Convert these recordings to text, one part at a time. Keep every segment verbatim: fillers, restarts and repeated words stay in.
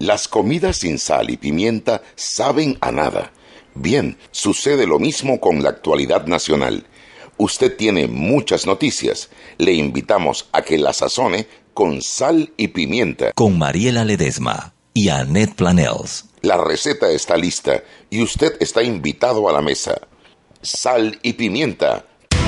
Las comidas sin sal y pimienta saben a nada. Bien, sucede lo mismo con la actualidad nacional. Usted tiene muchas noticias. Le invitamos a que la sazone con sal y pimienta. Con Mariela Ledesma y Annette Planels. La receta está lista y usted está invitado a la mesa. Sal y pimienta.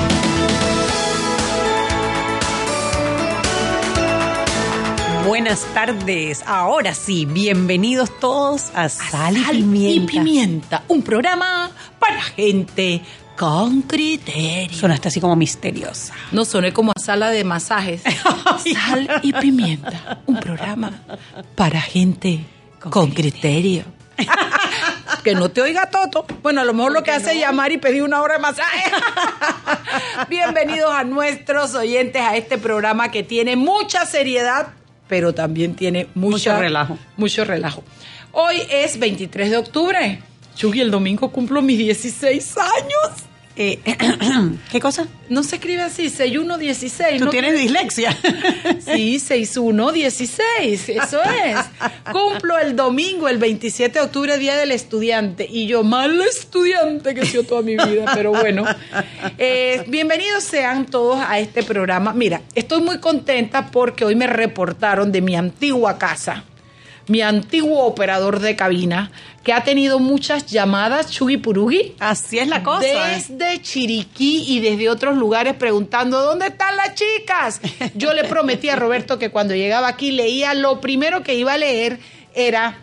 Buenas tardes, ahora sí, bienvenidos todos a Sal, Sal y Pimienta. y Pimienta, un programa para gente con criterio. Sonaste así como misteriosa. No soné como a sala de masajes. Sal y Pimienta, un programa para gente con, con criterio. Que no te oiga Toto. Bueno, a lo mejor lo que hace no? es llamar y pedir una hora de masaje. Bienvenidos a nuestros oyentes a este programa que tiene mucha seriedad, pero también tiene mucha, mucho relajo. Mucho relajo. Hoy es veintitrés de octubre. Chuy, el domingo cumplo mis dieciséis años. Eh, ¿Qué cosa? No se escribe así, sesenta y uno dieciséis. ¿Tú ¿no? tienes dislexia? Sí, sesenta y uno dieciséis, eso es. Cumplo el domingo, el veintisiete de octubre, Día del Estudiante. Y yo, mal estudiante que he sido toda mi vida, pero bueno. Eh, bienvenidos sean todos a este programa. Mira, estoy muy contenta porque hoy me reportaron de mi antigua casa, mi antiguo operador de cabina, que ha tenido muchas llamadas, Chugi Purugi. Así es la cosa. Desde Chiriquí y desde otros lugares preguntando, ¿dónde están las chicas? Yo le prometí a Roberto que cuando llegaba aquí leía, lo primero que iba a leer era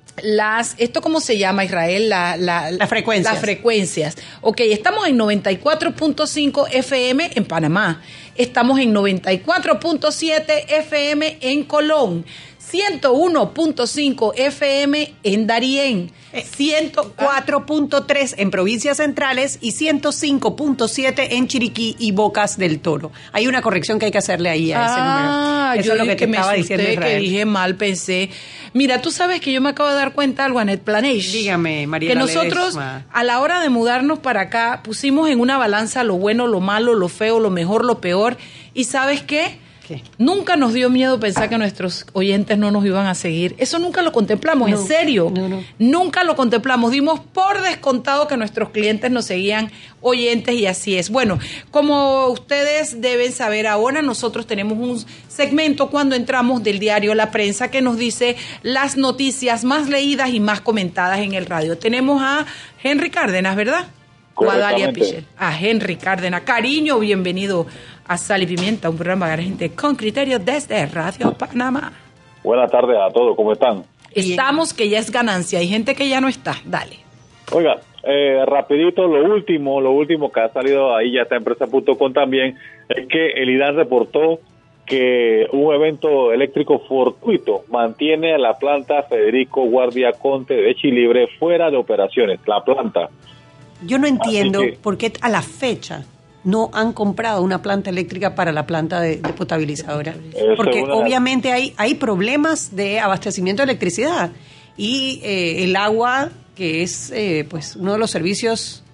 las, ¿esto cómo se llama, Israel? La, la, las frecuencias. Las frecuencias. Ok, estamos en noventa y cuatro punto cinco F M en Panamá. Estamos en noventa y cuatro punto siete F M en Colón. ciento uno punto cinco F M en Darién, ciento cuatro punto tres en provincias centrales y ciento cinco punto siete en Chiriquí y Bocas del Toro. Hay una corrección que hay que hacerle ahí a ese ah, número. Eso yo es lo que te me estaba asusté, diciendo Israel. Que dije mal, pensé. Mira, tú sabes que yo me acabo de dar cuenta algo, Annette Planels. Dígame, María. Que nosotros, Ledesma, a la hora de mudarnos para acá, pusimos en una balanza lo bueno, lo malo, lo feo, lo mejor, lo peor. ¿Y sabes qué? ¿Qué? Nunca nos dio miedo pensar que nuestros oyentes no nos iban a seguir. Eso nunca lo contemplamos, no, en serio. No, no. Nunca lo contemplamos. Dimos por descontado que nuestros clientes nos seguían oyentes y así es. Bueno, como ustedes deben saber ahora, nosotros tenemos un segmento cuando entramos del diario La Prensa que nos dice las noticias más leídas y más comentadas en el radio. Tenemos a Henry Cárdenas, ¿verdad? O a Dalia Pichel. A Henry Cárdenas. Cariño, bienvenido a Sal y Pimienta, un programa para gente con criterio desde Radio Panamá. Buenas tardes a todos, ¿cómo están? Estamos, que ya es ganancia, hay gente que ya no está, dale. Oiga, eh, rapidito, lo último, lo último que ha salido ahí, ya está en Empresa punto com también, es que el I D A N reportó que un evento eléctrico fortuito mantiene a la planta Federico Guardia Conte de Chilibre fuera de operaciones, la planta. Yo no entiendo que, por qué a la fecha no han comprado una planta eléctrica para la planta de, de potabilizadora. Porque obviamente la... hay, hay problemas de abastecimiento de electricidad y eh, el agua, que es eh, pues uno de los servicios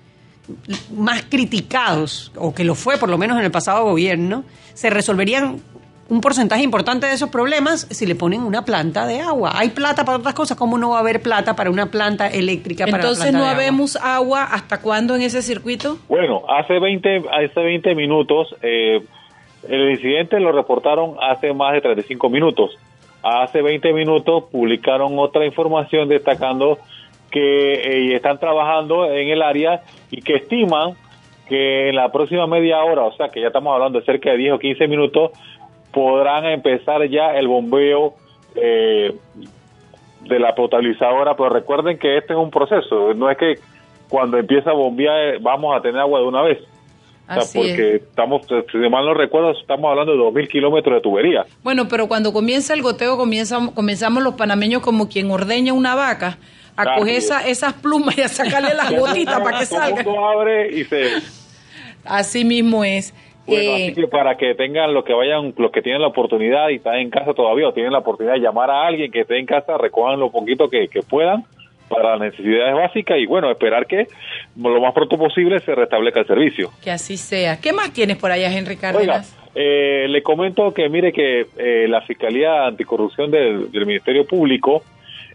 más criticados, o que lo fue por lo menos en el pasado gobierno, se resolverían un porcentaje importante de esos problemas si le ponen una planta de agua. Hay plata para otras cosas, ¿cómo no va a haber plata para una planta eléctrica? Para Entonces la planta no de habemos agua. agua ¿hasta cuándo en ese circuito? Bueno, hace veinte, hace veinte minutos, eh, el incidente lo reportaron hace más de treinta y cinco minutos. Hace veinte minutos publicaron otra información destacando que eh, están trabajando en el área y que estiman que en la próxima media hora, o sea que ya estamos hablando de cerca de diez o quince minutos, podrán empezar ya el bombeo eh, de la potabilizadora, pero recuerden que este es un proceso, no es que cuando empieza a bombear vamos a tener agua de una vez. O sea, porque es. estamos, si mal no recuerdo, estamos hablando de dos mil kilómetros de tubería. Bueno, pero cuando comienza el goteo, comienza, comenzamos los panameños como quien ordeña una vaca, a claro, coger esa, esas plumas y a sacarle las gotitas para que salga. Todo abre y se... Así mismo es. Bueno, eh, así que para que tengan los que vayan, los que tienen la oportunidad y están en casa todavía o tienen la oportunidad de llamar a alguien que esté en casa, recojan lo poquito que, que puedan para las necesidades básicas y bueno, esperar que lo más pronto posible se restablezca el servicio. Que así sea. ¿Qué más tienes por allá, Henry Cárdenas? Oiga, eh, le comento que mire que eh, la Fiscalía Anticorrupción del, del Ministerio Público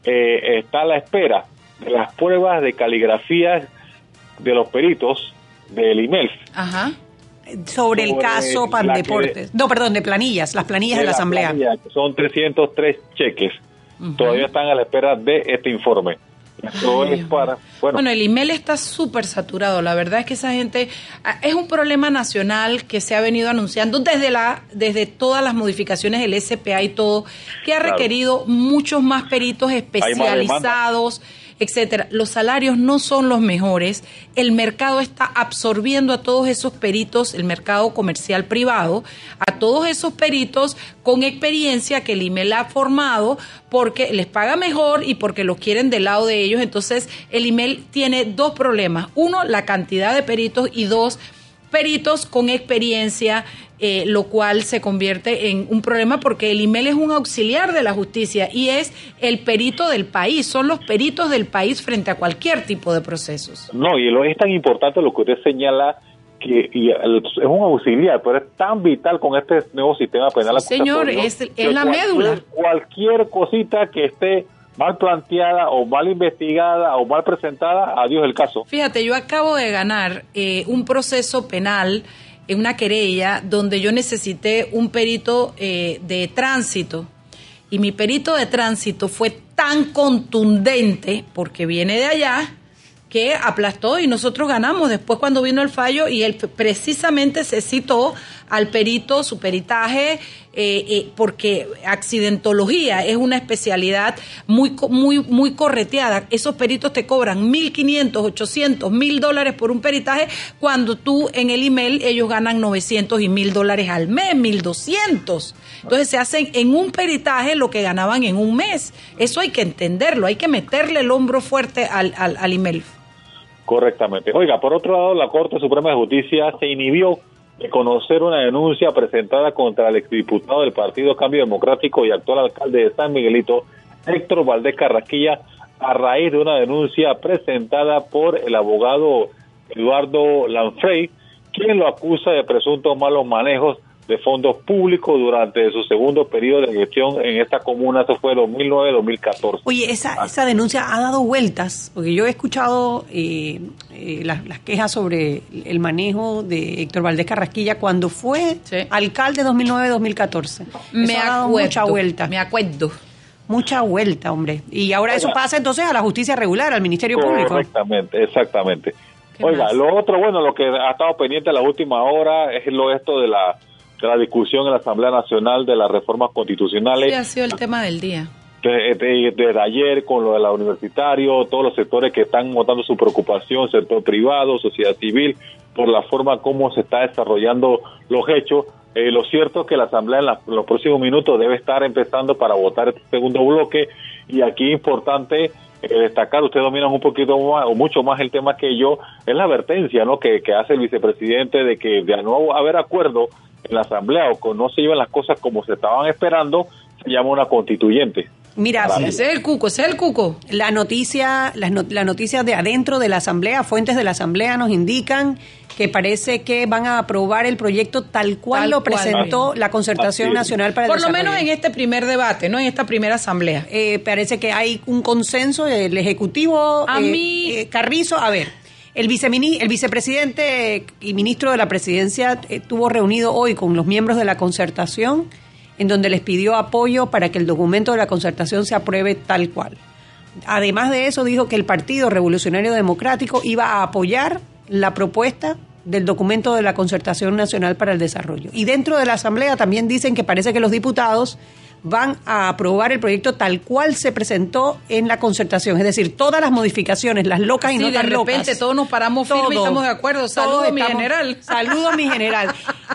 eh, está a la espera de las pruebas de caligrafía de los peritos del I M E L F. Ajá. Sobre, sobre el caso Pandeportes. De, no, perdón, de planillas, las planillas de, de la, la Asamblea. Planilla, son trescientos tres cheques. Uh-huh. Todavía están a la espera de este informe. Esto es para, bueno. bueno, el I M E L está súper saturado. La verdad es que esa gente es un problema nacional que se ha venido anunciando desde la desde todas las modificaciones del S P A y todo, que ha claro. requerido muchos más peritos especializados, etcétera. Los salarios no son los mejores, el mercado está absorbiendo a todos esos peritos, el mercado comercial privado, a todos esos peritos con experiencia que el I M E L ha formado porque les paga mejor y porque los quieren del lado de ellos. Entonces el I M E L tiene dos problemas: uno, la cantidad de peritos, y dos, peritos con experiencia, eh, lo cual se convierte en un problema porque el I M E L es un auxiliar de la justicia y es el perito del país, son los peritos del país frente a cualquier tipo de procesos. No, y lo es tan importante lo que usted señala, que y el, es un auxiliar, pero es tan vital con este nuevo sistema penal. Sí, señor, es, es la cualquier, médula. Cualquier cosita que esté mal planteada o mal investigada o mal presentada, adiós el caso. Fíjate, yo acabo de ganar eh, un proceso penal en una querella donde yo necesité un perito eh, de tránsito, y mi perito de tránsito fue tan contundente, porque viene de allá, que aplastó y nosotros ganamos después cuando vino el fallo, y él precisamente se citó al perito, su peritaje, eh, eh, porque accidentología es una especialidad muy muy muy correteada. Esos peritos te cobran mil quinientos, ochocientos, mil dólares por un peritaje, cuando tú en el I M E L ellos ganan novecientos y mil dólares al mes, mil doscientos. Entonces se hacen en un peritaje lo que ganaban en un mes. Eso hay que entenderlo, hay que meterle el hombro fuerte al, al, al I M E L. Correctamente. Oiga, por otro lado, la Corte Suprema de Justicia se inhibió de conocer una denuncia presentada contra el exdiputado del Partido Cambio Democrático y actual alcalde de San Miguelito, Héctor Valdés Carrasquilla, a raíz de una denuncia presentada por el abogado Eduardo Lanfrey, quien lo acusa de presuntos malos manejos de fondos públicos durante su segundo periodo de gestión en esta comuna. Eso fue dos mil nueve a dos mil catorce. Oye, esa, ah. esa denuncia ha dado vueltas, porque yo he escuchado eh, eh, las, las quejas sobre el manejo de Héctor Valdés Carrasquilla cuando fue sí. alcalde dos mil nueve a dos mil catorce. Me eso acuerdo, ha dado mucha vuelta. Me acuerdo. Mucha vuelta, hombre. Y ahora Oiga. eso pasa entonces a la justicia regular, al Ministerio Público. Exactamente, exactamente. Oiga, más? Lo otro, bueno, lo que ha estado pendiente a la última hora es lo esto de la de la discusión en la Asamblea Nacional de las reformas constitucionales. Sí, ha sido el tema del día. Desde de, de, de ayer, con lo de la universitario, todos los sectores que están mostrando su preocupación, sector privado, sociedad civil, por la forma como se está desarrollando los hechos. Eh, lo cierto es que la Asamblea en, la, en los próximos minutos debe estar empezando para votar este segundo bloque, y aquí es importante eh, destacar, ustedes dominan un poquito más o mucho más el tema que yo, es la advertencia, ¿no?, que, que hace el vicepresidente de que de no haber acuerdo en la Asamblea o que no se llevan las cosas como se estaban esperando, se llama una constituyente. Mira, sí, ese es el cuco, ese es el cuco. La noticia, las not- la noticia de adentro de la Asamblea, fuentes de la Asamblea nos indican que parece que van a aprobar el proyecto tal cual tal lo presentó cual. la Concertación Nacional para el Por Desarrollo. Por lo menos en este primer debate, no en esta primera asamblea. Eh, parece que hay un consenso del Ejecutivo. A eh, mí... Eh, Carrizo, a ver, el, vicemini- el vicepresidente y ministro de la Presidencia estuvo reunido hoy con los miembros de la Concertación, en donde les pidió apoyo para que el documento de la Concertación se apruebe tal cual. Además de eso, dijo que el Partido Revolucionario Democrático iba a apoyar la propuesta del documento de la Concertación Nacional para el Desarrollo. Y dentro de la Asamblea también dicen que parece que los diputados van a aprobar el proyecto tal cual se presentó en la Concertación, es decir, todas las modificaciones, las locas y sí, no tan locas. de repente todos nos paramos firmes y estamos de acuerdo. Saludos, mi general. Saludos, mi general.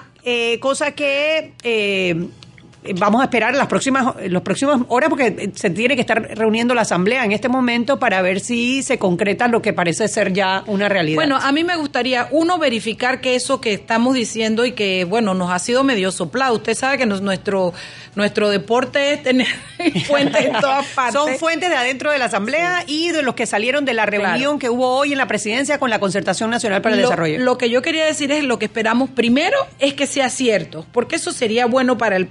Eh, cosa que... Eh, Vamos a esperar las próximas, las próximas horas, porque se tiene que estar reuniendo la Asamblea en este momento para ver si se concreta lo que parece ser ya una realidad. Bueno, a mí me gustaría, uno, verificar que eso que estamos diciendo y que, bueno, nos ha sido medio soplado. Usted sabe que nos, nuestro nuestro deporte es tener fuentes en todas partes. Son fuentes de adentro de la Asamblea sí. y de los que salieron de la reunión claro. que hubo hoy en la Presidencia con la Concertación Nacional para el lo, Desarrollo. Lo que yo quería decir es, lo que esperamos primero es que sea cierto, porque eso sería bueno para el país. Al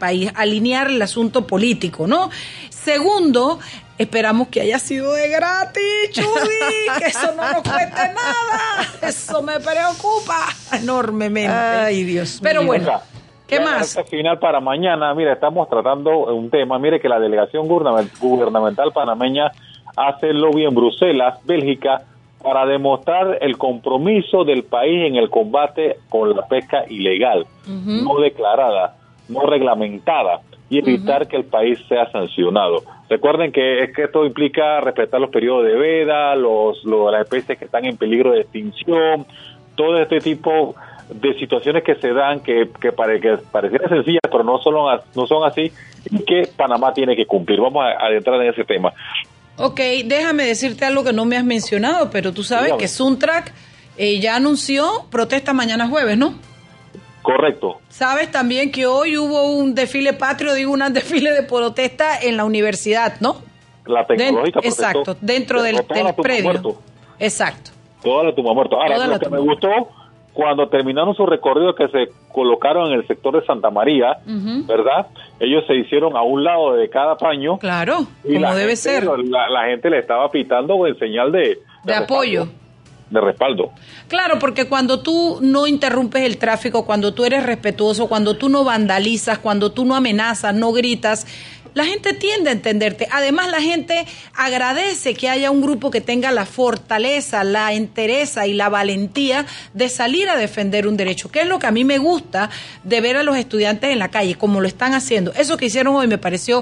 alinear el asunto político, ¿no? Segundo, esperamos que haya sido de gratis, Chudy, que eso no nos cueste nada. Eso me preocupa enormemente. Ay, Dios Pero mío. bueno, ¿qué más? Al final para mañana, mire, estamos tratando un tema, mire que la delegación gubernamental panameña hace lobby en Bruselas, Bélgica, para demostrar el compromiso del país en el combate con la pesca ilegal, uh-huh. no declarada, no reglamentada, y evitar uh-huh. que el país sea sancionado. Recuerden que es que esto implica respetar los periodos de veda, los, los las especies que están en peligro de extinción, todo este tipo de situaciones que se dan que, que, pare, que parecieran sencillas, pero no, solo, no son así, y que Panamá tiene que cumplir. Vamos a adentrar en ese tema. Ok, déjame decirte algo que no me has mencionado, pero tú sabes Dígame. que Suntrack eh, ya anunció protesta mañana jueves, ¿no? Correcto. Sabes también que hoy hubo un desfile patrio, digo, un desfile de protesta en la universidad, ¿no? La tecnológica Den- Exacto, dentro del, del predio. Muerto. Exacto. Toda la tumba muerto. Ahora, Toda lo que me muerto. gustó, cuando terminaron su recorrido que se colocaron en el sector de Santa María, uh-huh. ¿verdad? Ellos se hicieron a un lado de cada paño. Claro, como debe gente, ser. La, la gente le estaba pitando en señal de... De, de apoyo. Respaldo, de respaldo. Claro, porque cuando tú no interrumpes el tráfico, cuando tú eres respetuoso, cuando tú no vandalizas, cuando tú no amenazas, no gritas, la gente tiende a entenderte. Además, la gente agradece que haya un grupo que tenga la fortaleza, la entereza y la valentía de salir a defender un derecho, que es lo que a mí me gusta de ver a los estudiantes en la calle, como lo están haciendo. Eso que hicieron hoy me pareció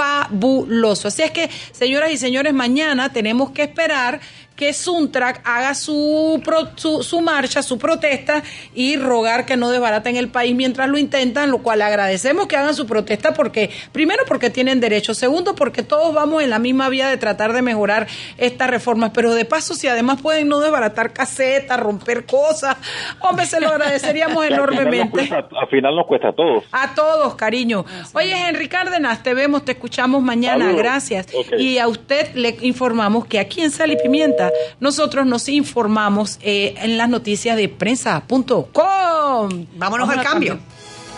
fabuloso. Así es que, señoras y señores, mañana tenemos que esperar que Suntrack haga su, pro, su su marcha, su protesta y rogar que no desbaraten el país mientras lo intentan, lo cual agradecemos que hagan su protesta porque, primero porque tienen derecho, segundo porque todos vamos en la misma vía de tratar de mejorar estas reformas, pero de paso si además pueden no desbaratar casetas, romper cosas, hombre, se lo agradeceríamos enormemente. Al final, cuesta, al final nos cuesta a todos. A todos, cariño. Oye, Henry Cárdenas, te vemos, te escuchamos mañana, Saludos. Gracias. Okay. Y a usted le informamos que aquí en Sal y Pimienta nosotros nos informamos eh, en las noticias de prensa punto com. Vámonos, Vámonos al cambio. cambio.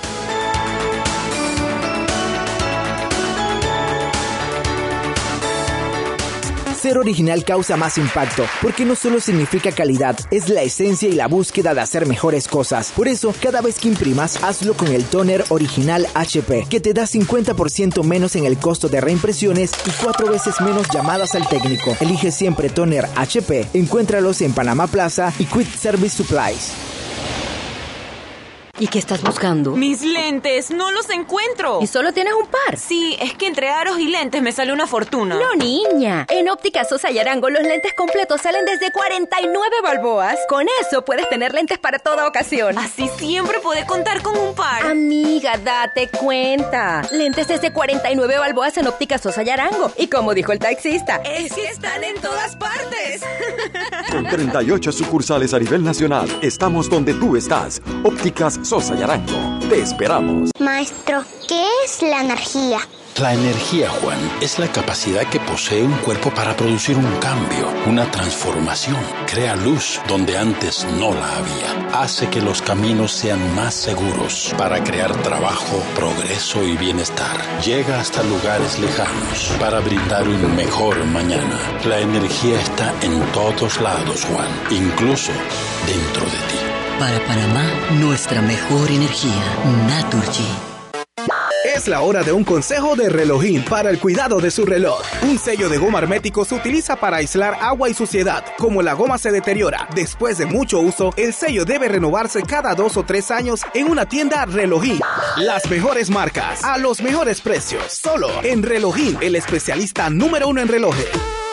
Ser original causa más impacto, porque no solo significa calidad, es la esencia y la búsqueda de hacer mejores cosas. Por eso, cada vez que imprimas, hazlo con el tóner original H P, que te da cincuenta por ciento menos en el costo de reimpresiones y cuatro veces menos llamadas al técnico. Elige siempre tóner H P. Encuéntralos en Panamá Plaza y Quick Service Supplies. ¿Y qué estás buscando? Mis lentes, no los encuentro. ¿Y solo tienes un par? Sí, es que entre aros y lentes me sale una fortuna. No, niña. En Óptica Sosa y Arango los lentes completos salen desde cuarenta y nueve balboas. Con eso puedes tener lentes para toda ocasión. Así siempre podés contar con un par. Amiga, date cuenta. Lentes desde cuarenta y nueve balboas en Óptica Sosa y Arango. Y como dijo el taxista, es que están en todas partes. Con treinta y ocho sucursales a nivel nacional, estamos donde tú estás. Ópticas Sosa y Arango. Te esperamos. Maestro, ¿qué es la energía? La energía, Juan, es la capacidad que posee un cuerpo para producir un cambio, una transformación. Crea luz donde antes no la había. Hace que los caminos sean más seguros para crear trabajo, progreso y bienestar. Llega hasta lugares lejanos para brindar un mejor mañana. La energía está en todos lados, Juan, incluso dentro de ti. Para Panamá, nuestra mejor energía, Naturgy. Es la hora de un consejo de Relojín para el cuidado de su reloj. Un sello de goma hermético se utiliza para aislar agua y suciedad. Como la goma se deteriora después de mucho uso, el sello debe renovarse cada dos o tres años en una tienda Relojín. Las mejores marcas, a los mejores precios, solo en Relojín, el especialista número uno en relojes.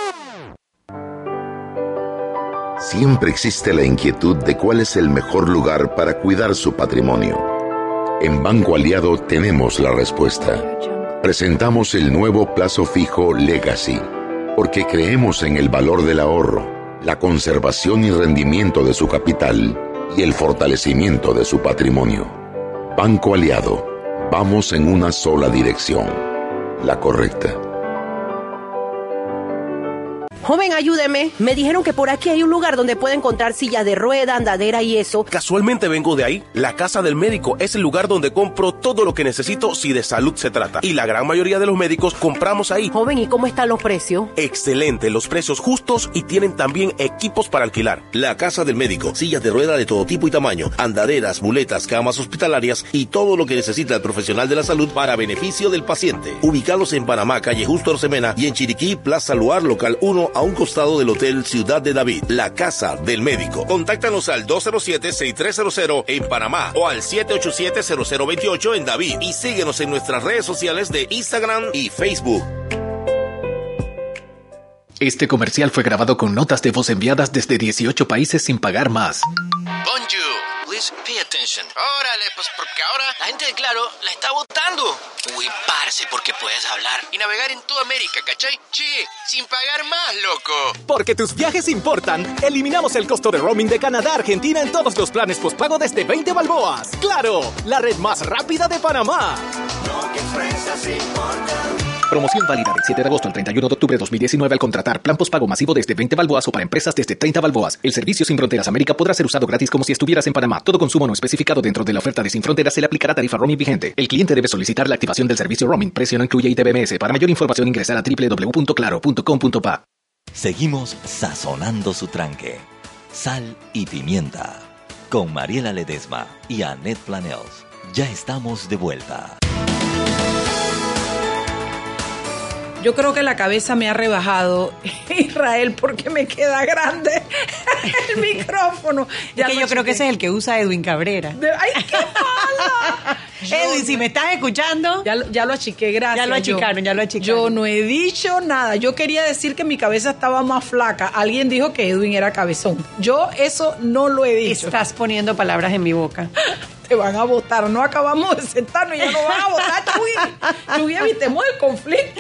Siempre existe la inquietud de cuál es el mejor lugar para cuidar su patrimonio. En Banco Aliado tenemos la respuesta. Presentamos el nuevo plazo fijo Legacy, porque creemos en el valor del ahorro, la conservación y rendimiento de su capital y el fortalecimiento de su patrimonio. Banco Aliado, vamos en una sola dirección, la correcta. Joven, ayúdeme. Me dijeron que por aquí hay un lugar donde puede encontrar sillas de rueda, andadera y eso. Casualmente vengo de ahí. La Casa del Médico es el lugar donde compro todo lo que necesito si de salud se trata. Y la gran mayoría de los médicos compramos ahí. Joven, ¿y cómo están los precios? Excelente, los precios justos y tienen también equipos para alquilar. La Casa del Médico, sillas de rueda de todo tipo y tamaño, andaderas, muletas, camas hospitalarias y todo lo que necesita el profesional de la salud para beneficio del paciente. Ubicados en Panamá, calle Justo Rosemena, y en Chiriquí, Plaza Luar, local uno, a un costado del Hotel Ciudad de David. La Casa del Médico. Contáctanos al dos cero siete, seis tres cero cero en Panamá o al siete ocho siete, cero cero dos ocho en David, y síguenos en nuestras redes sociales de Instagram y Facebook. Este comercial fue grabado con notas de voz enviadas desde dieciocho países sin pagar más. Bonjour, please pay attention. Órale, pues porque ahora la gente de Claro la está votando. Uy, parce, porque puedes hablar y navegar en toda América, ¿cachai? Che, sin pagar más, loco. Porque tus viajes importan, eliminamos el costo de roaming de Canadá a Argentina en todos los planes postpago desde veinte balboas. ¡Claro! La red más rápida de Panamá. Promoción válida del siete de agosto al treinta y uno de octubre de dos mil diecinueve al contratar plan postpago masivo desde veinte balboas o para empresas desde treinta balboas. El servicio Sin Fronteras América podrá ser usado gratis como si estuvieras en Panamá. Todo consumo no especificado dentro de la oferta de Sin Fronteras se le aplicará tarifa roaming vigente. El cliente debe solicitar la activación del servicio roaming. Precio no incluye I T B M S. Para mayor información ingresar a doble u doble u doble u punto claro punto com punto pa. Seguimos sazonando su tranque. Sal y pimienta. Con Mariela Ledesma y Annette Planels. Ya estamos de vuelta. Yo creo que la cabeza me ha rebajado, Israel, porque me queda grande el micrófono. Ya es que yo creo que ese es el que usa Edwin Cabrera. De, ¡ay, qué mala! Edwin, si me estás escuchando... Ya, ya lo achiqué, gracias. Ya lo achicaron, yo, ya lo achicaron. Yo no he dicho nada. Yo quería decir que mi cabeza estaba más flaca. Alguien dijo que Edwin era cabezón. Yo eso no lo he dicho. Estás poniendo palabras en mi boca. Te van a votar. No acabamos de sentarnos y ya no van a votar, Chuy. Chuy, evitemos el conflicto.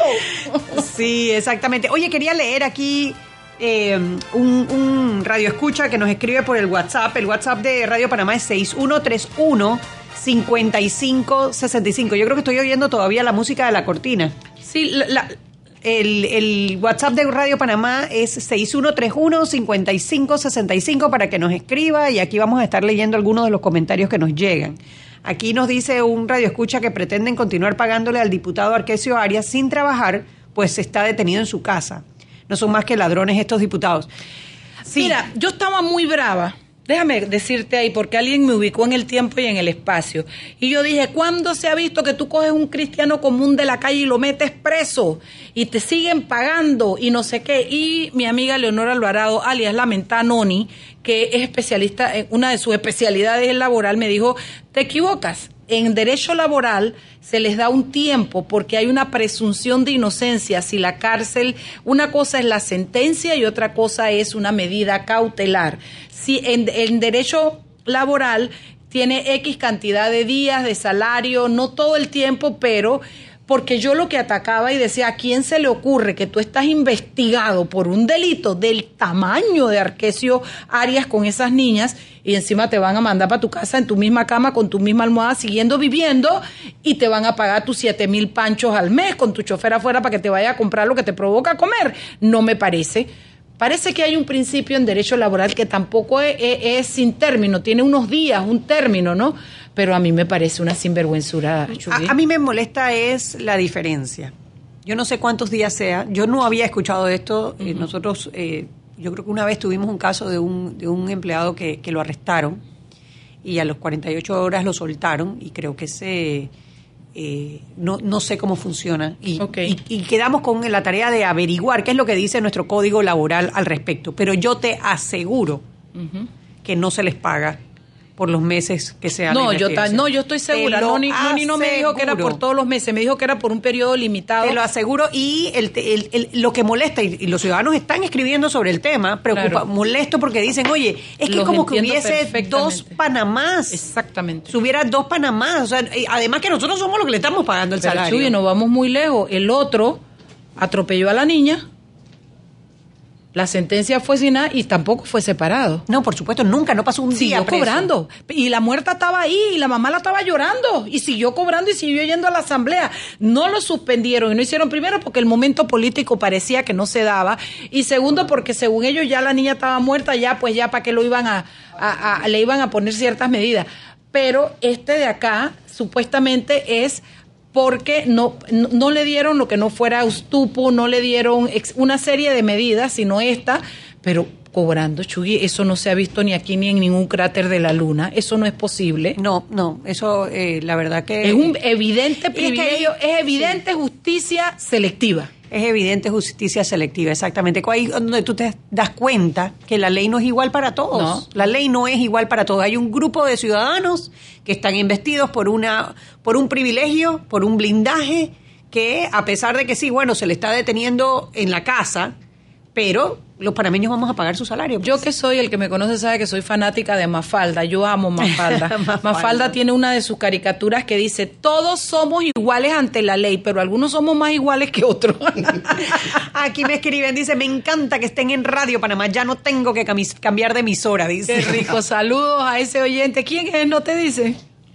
Sí, exactamente. Oye, quería leer aquí eh, un, un radio escucha que nos escribe por el WhatsApp. El WhatsApp de Radio Panamá es seis uno tres uno, cinco cinco seis cinco. Yo creo que estoy oyendo todavía la música de la cortina. Sí, la... la El, el WhatsApp de Radio Panamá es seis uno tres uno, cinco cinco seis cinco para que nos escriba, y aquí vamos a estar leyendo algunos de los comentarios que nos llegan. Aquí nos dice un radioescucha que pretenden continuar pagándole al diputado Arquesio Arias sin trabajar, pues está detenido en su casa. No son más que ladrones estos diputados. Sí. Mira, yo estaba muy brava. Déjame decirte ahí, porque alguien me ubicó en el tiempo y en el espacio. Y yo dije, ¿cuándo se ha visto que tú coges un cristiano común de la calle y lo metes preso? Y te siguen pagando y no sé qué. Y mi amiga Leonora Alvarado, alias La Mentá Noni, que es especialista, una de sus especialidades es laboral, me dijo, te equivocas. En derecho laboral se les da un tiempo porque hay una presunción de inocencia. Si la cárcel, una cosa es la sentencia y otra cosa es una medida cautelar. Si en, en derecho laboral tiene X cantidad de días de salario, no todo el tiempo, pero porque yo lo que atacaba y decía, ¿a quién se le ocurre que tú estás investigado por un delito del tamaño de Arquesio Arias con esas niñas y encima te van a mandar para tu casa en tu misma cama con tu misma almohada siguiendo viviendo y te van a pagar tus siete mil panchos al mes con tu chofer afuera para que te vaya a comprar lo que te provoca comer? No me parece. Parece que hay un principio en derecho laboral que tampoco es, es, es sin término, tiene unos días, un término, ¿no? Pero a mí me parece una sinvergüenzura. A, a mí me molesta es la diferencia. Yo no sé cuántos días sea. Yo no había escuchado de esto. Uh-huh. Eh, nosotros, eh, yo creo que una vez tuvimos un caso de un, de un empleado que, que lo arrestaron y a los cuarenta y ocho horas lo soltaron y creo que se... Eh, no, no sé cómo funciona y, okay. y, y quedamos con la tarea de averiguar qué es lo que dice nuestro código laboral al respecto, pero yo te aseguro uh-huh. que no se les paga por los meses que sean. No, yo ta, no, yo estoy segura. No, ni, no, ni no me dijo que era por todos los meses, me dijo que era por un periodo limitado. Te lo aseguro. Y el, el, el, lo que molesta, y, y los ciudadanos están escribiendo sobre el tema, preocupa, claro. molesto porque dicen, oye, es que los como que hubiese dos Panamás. Exactamente. Si hubiera dos Panamás. O sea, además que nosotros somos los que le estamos pagando el Pero salario. Chuy, nos vamos muy lejos. El otro atropelló a la niña. La sentencia fue sin nada y tampoco fue separado. No, por supuesto, nunca, no pasó un día preso. Siguió cobrando. Y la muerta estaba ahí y la mamá la estaba llorando. Y siguió cobrando y siguió yendo a la asamblea. No lo suspendieron y no hicieron, primero porque el momento político parecía que no se daba. Y segundo porque según ellos ya la niña estaba muerta, ya pues ya para qué lo iban a, a, a, le iban a poner ciertas medidas. Pero este de acá supuestamente es... porque no, no, no le dieron lo que no fuera estupo, no le dieron ex, una serie de medidas, sino esta, pero cobrando, Chugui, eso no se ha visto ni aquí ni en ningún cráter de la luna, eso no es posible. No, no, eso eh, la verdad que... Es un evidente privilegio, es, que, es evidente sí. justicia selectiva. Es evidente justicia selectiva, exactamente. Ahí donde tú te das cuenta que la ley no es igual para todos. No. La ley no es igual para todos. Hay un grupo de ciudadanos que están investidos por una, por un privilegio, por un blindaje, que a pesar de que sí, bueno, se le está deteniendo en la casa, pero los panameños vamos a pagar su salario. Pues. Yo que soy, el que me conoce sabe que soy fanática de Mafalda, yo amo Mafalda. Mafalda. Mafalda tiene una de sus caricaturas que dice, todos somos iguales ante la ley, pero algunos somos más iguales que otros. Aquí me escriben, dice, me encanta que estén en Radio Panamá, ya no tengo que cam- cambiar de emisora, dice. Qué rico, saludos a ese oyente. ¿Quién es? ¿No te dice?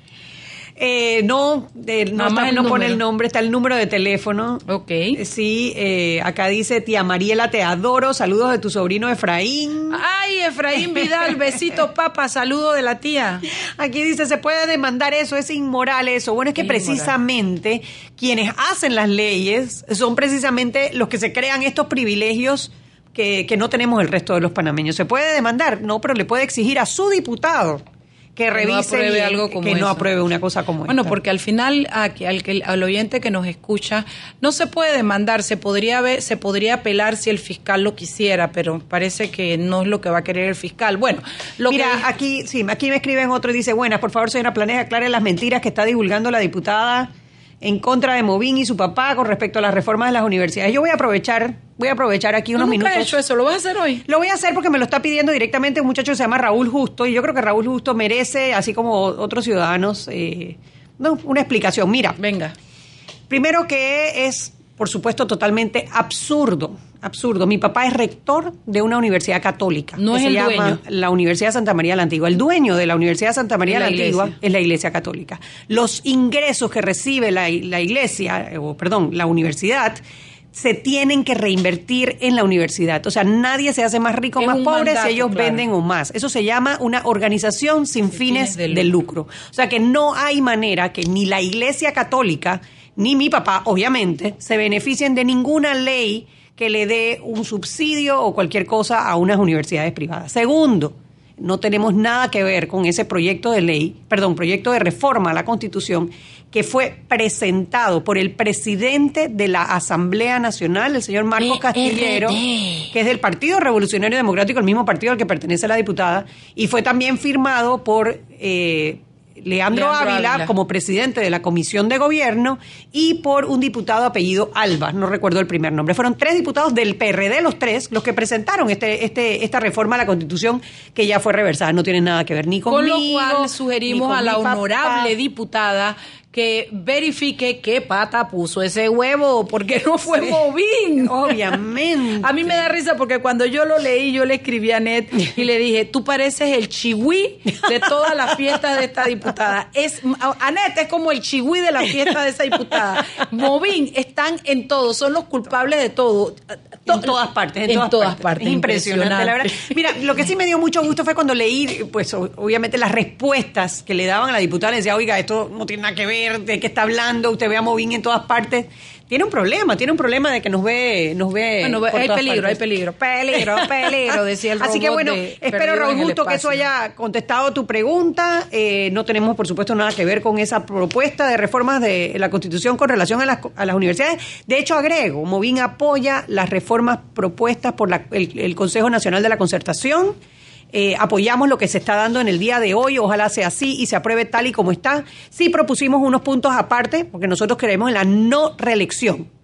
Eh, no, eh, no, está, no pone el nombre, está el número de teléfono. Ok. Sí, eh, acá dice, tía Mariela, te adoro, saludos de tu sobrino Efraín. Ay, Efraín Vidal, besito, papá, saludo de la tía. Aquí dice, se puede demandar eso, es inmoral eso. Bueno, es que precisamente inmoral. Quienes hacen las leyes son precisamente los que se crean estos privilegios que, que no tenemos el resto de los panameños. ¿Se puede demandar? No, pero le puede exigir a su diputado que revise, que no apruebe, algo como que no eso. apruebe una cosa como bueno, esta. Porque al final al, al, al oyente que nos escucha no se puede demandar, se podría ver, se podría apelar si el fiscal lo quisiera, pero parece que no es lo que va a querer el fiscal. Bueno, lo mira, que... aquí sí, aquí me escriben otro y dice, buenas, por favor, señora Planes, aclare las mentiras que está divulgando la diputada en contra de Movín y su papá con respecto a las reformas de las universidades. Yo voy a aprovechar, voy a aprovechar aquí unos ¿No nunca minutos. He hecho eso? ¿Lo vas a hacer hoy? Lo voy a hacer porque me lo está pidiendo directamente un muchacho que se llama Raúl Justo, y yo creo que Raúl Justo merece, así como otros ciudadanos, eh, no, una explicación. Mira, venga. Primero que es, por supuesto, totalmente absurdo, absurdo. Mi papá es rector de una universidad católica. No es se el llama dueño. La Universidad de Santa María la Antigua. El dueño de la Universidad de Santa María la, la Antigua iglesia. Es la Iglesia Católica. Los ingresos que recibe la, la iglesia, o perdón, la universidad, se tienen que reinvertir en la universidad. O sea, nadie se hace más rico o más pobre mandato, si ellos claro. venden o más. Eso se llama una organización sin, sin fines, fines de, de lucro. lucro. O sea, que no hay manera que ni la Iglesia Católica ni mi papá, obviamente, se beneficien de ninguna ley que le dé un subsidio o cualquier cosa a unas universidades privadas. Segundo, no tenemos nada que ver con ese proyecto de ley, perdón, proyecto de reforma a la Constitución que fue presentado por el presidente de la Asamblea Nacional, el señor Marcos Castillero, que es del Partido Revolucionario Democrático, el mismo partido al que pertenece la diputada, y fue también firmado por eh, Leandro, Leandro Ávila, Ávila como presidente de la Comisión de Gobierno y por un diputado apellido Alba, no recuerdo el primer nombre. Fueron tres diputados del P R D, los tres, los que presentaron este, este, esta reforma a la Constitución que ya fue reversada. No tiene nada que ver ni conmigo. Con lo cual sugerimos a la honorable diputada que verifique qué pata puso ese huevo, porque no fue sí, Movín. Obviamente. A mí me da risa porque cuando yo lo leí, yo le escribí a Anet y le dije, tú pareces el chihui de todas las fiestas de esta diputada. Es Anet es como el chihui de la fiesta de esa diputada. Movín están en todo, son los culpables de todo. En todas partes, en, en todas, todas partes. partes. Es impresionante, impresionante, la verdad. Mira, lo que sí me dio mucho gusto fue cuando leí, pues obviamente las respuestas que le daban a la diputada. Le decía, oiga, esto no tiene nada que ver, de qué está hablando, usted ve a Movín en todas partes. Tiene un problema, tiene un problema de que nos ve, nos ve. Bueno, hay peligro, hay peligro, peligro, peligro, decía el robot. Así que bueno, espero, Raúl Justo, que eso haya contestado tu pregunta. Eh, no tenemos, por supuesto, nada que ver con esa propuesta de reformas de la Constitución con relación a las, a las universidades. De hecho, agrego, Movín apoya las reformas propuestas por la, el, el Consejo Nacional de la Concertación. Eh, apoyamos lo que se está dando en el día de hoy, ojalá sea así y se apruebe tal y como está. Sí propusimos unos puntos aparte, porque nosotros creemos en la no reelección.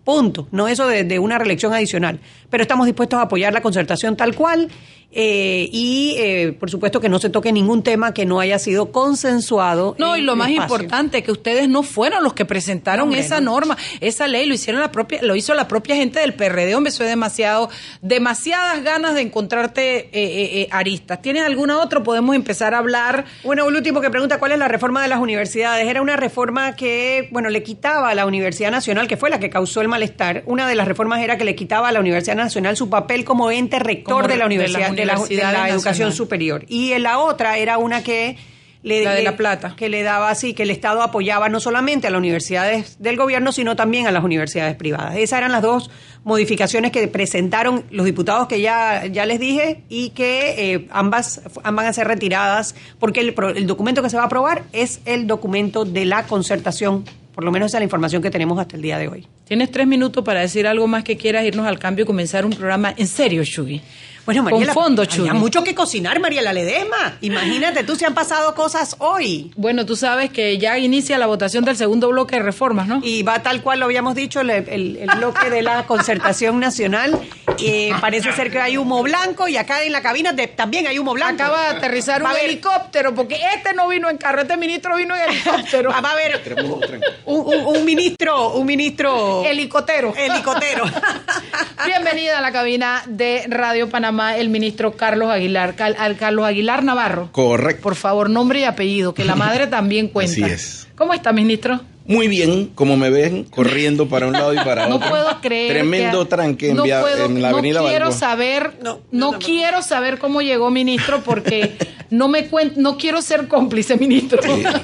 punto, no eso de, de una reelección adicional. Pero estamos dispuestos a apoyar la concertación tal cual eh, y, eh, por supuesto, que no se toque ningún tema que no haya sido consensuado. No, y lo más espacio. importante, que ustedes no fueron los que presentaron Hombre, esa no. norma, esa ley, lo hicieron la propia, lo hizo la propia gente del P R D. Hombre, eso es demasiado, demasiadas ganas de encontrarte eh, eh, eh, aristas. ¿Tienes alguna otra? Podemos empezar a hablar. Bueno, el último que pregunta, ¿cuál es la reforma de las universidades? Era una reforma que, bueno, le quitaba a la Universidad Nacional, que fue la que causó el malestar. Una de las reformas era que le quitaba a la Universidad Nacional su papel como ente rector Como de la de universidad, las de la, de la universidades educación nacionales. superior. Y en la otra era una que le, La de le- La Plata. que le daba así, que el Estado apoyaba no solamente a las universidades del gobierno, sino también a las universidades privadas. Esas eran las dos modificaciones que presentaron los diputados que ya, ya les dije y que eh, ambas van a ser retiradas porque el, pro- el documento que se va a aprobar es el documento de la concertación. Por lo menos esa es la información que tenemos hasta el día de hoy. Tienes tres minutos para decir algo más que quieras, irnos al cambio y comenzar un programa en serio, Chugui. Bueno, Mariela, con fondo, había Chugui. mucho que cocinar, Mariela Ledesma. Imagínate tú, se han pasado cosas hoy. Bueno, tú sabes que ya inicia la votación del segundo bloque de reformas, ¿no? Y va tal cual lo habíamos dicho, el, el- el bloque de la concertación nacional. Eh, parece ser que hay humo blanco y acá en la cabina de- también hay humo blanco. Acaba de aterrizar Va un a haber- helicóptero, porque este no vino en carro, este ministro vino en helicóptero. Va a haber un, un- un ministro, un ministro Helicotero. helicotero. Bienvenida a la cabina de Radio Panamá, el ministro Carlos Aguilar, Cal- al Carlos Aguilar Navarro. Correcto. Por favor, nombre y apellido, que la madre también cuenta. Así es. ¿Cómo está, ministro? Muy bien, como me ven, corriendo para un lado y para No otro. puedo creer Tremendo que- tranque en, no via- puedo- en la no avenida quiero Balboa. saber, no, no quiero saber cómo llegó, ministro, porque no me cuen- no quiero ser cómplice, ministro.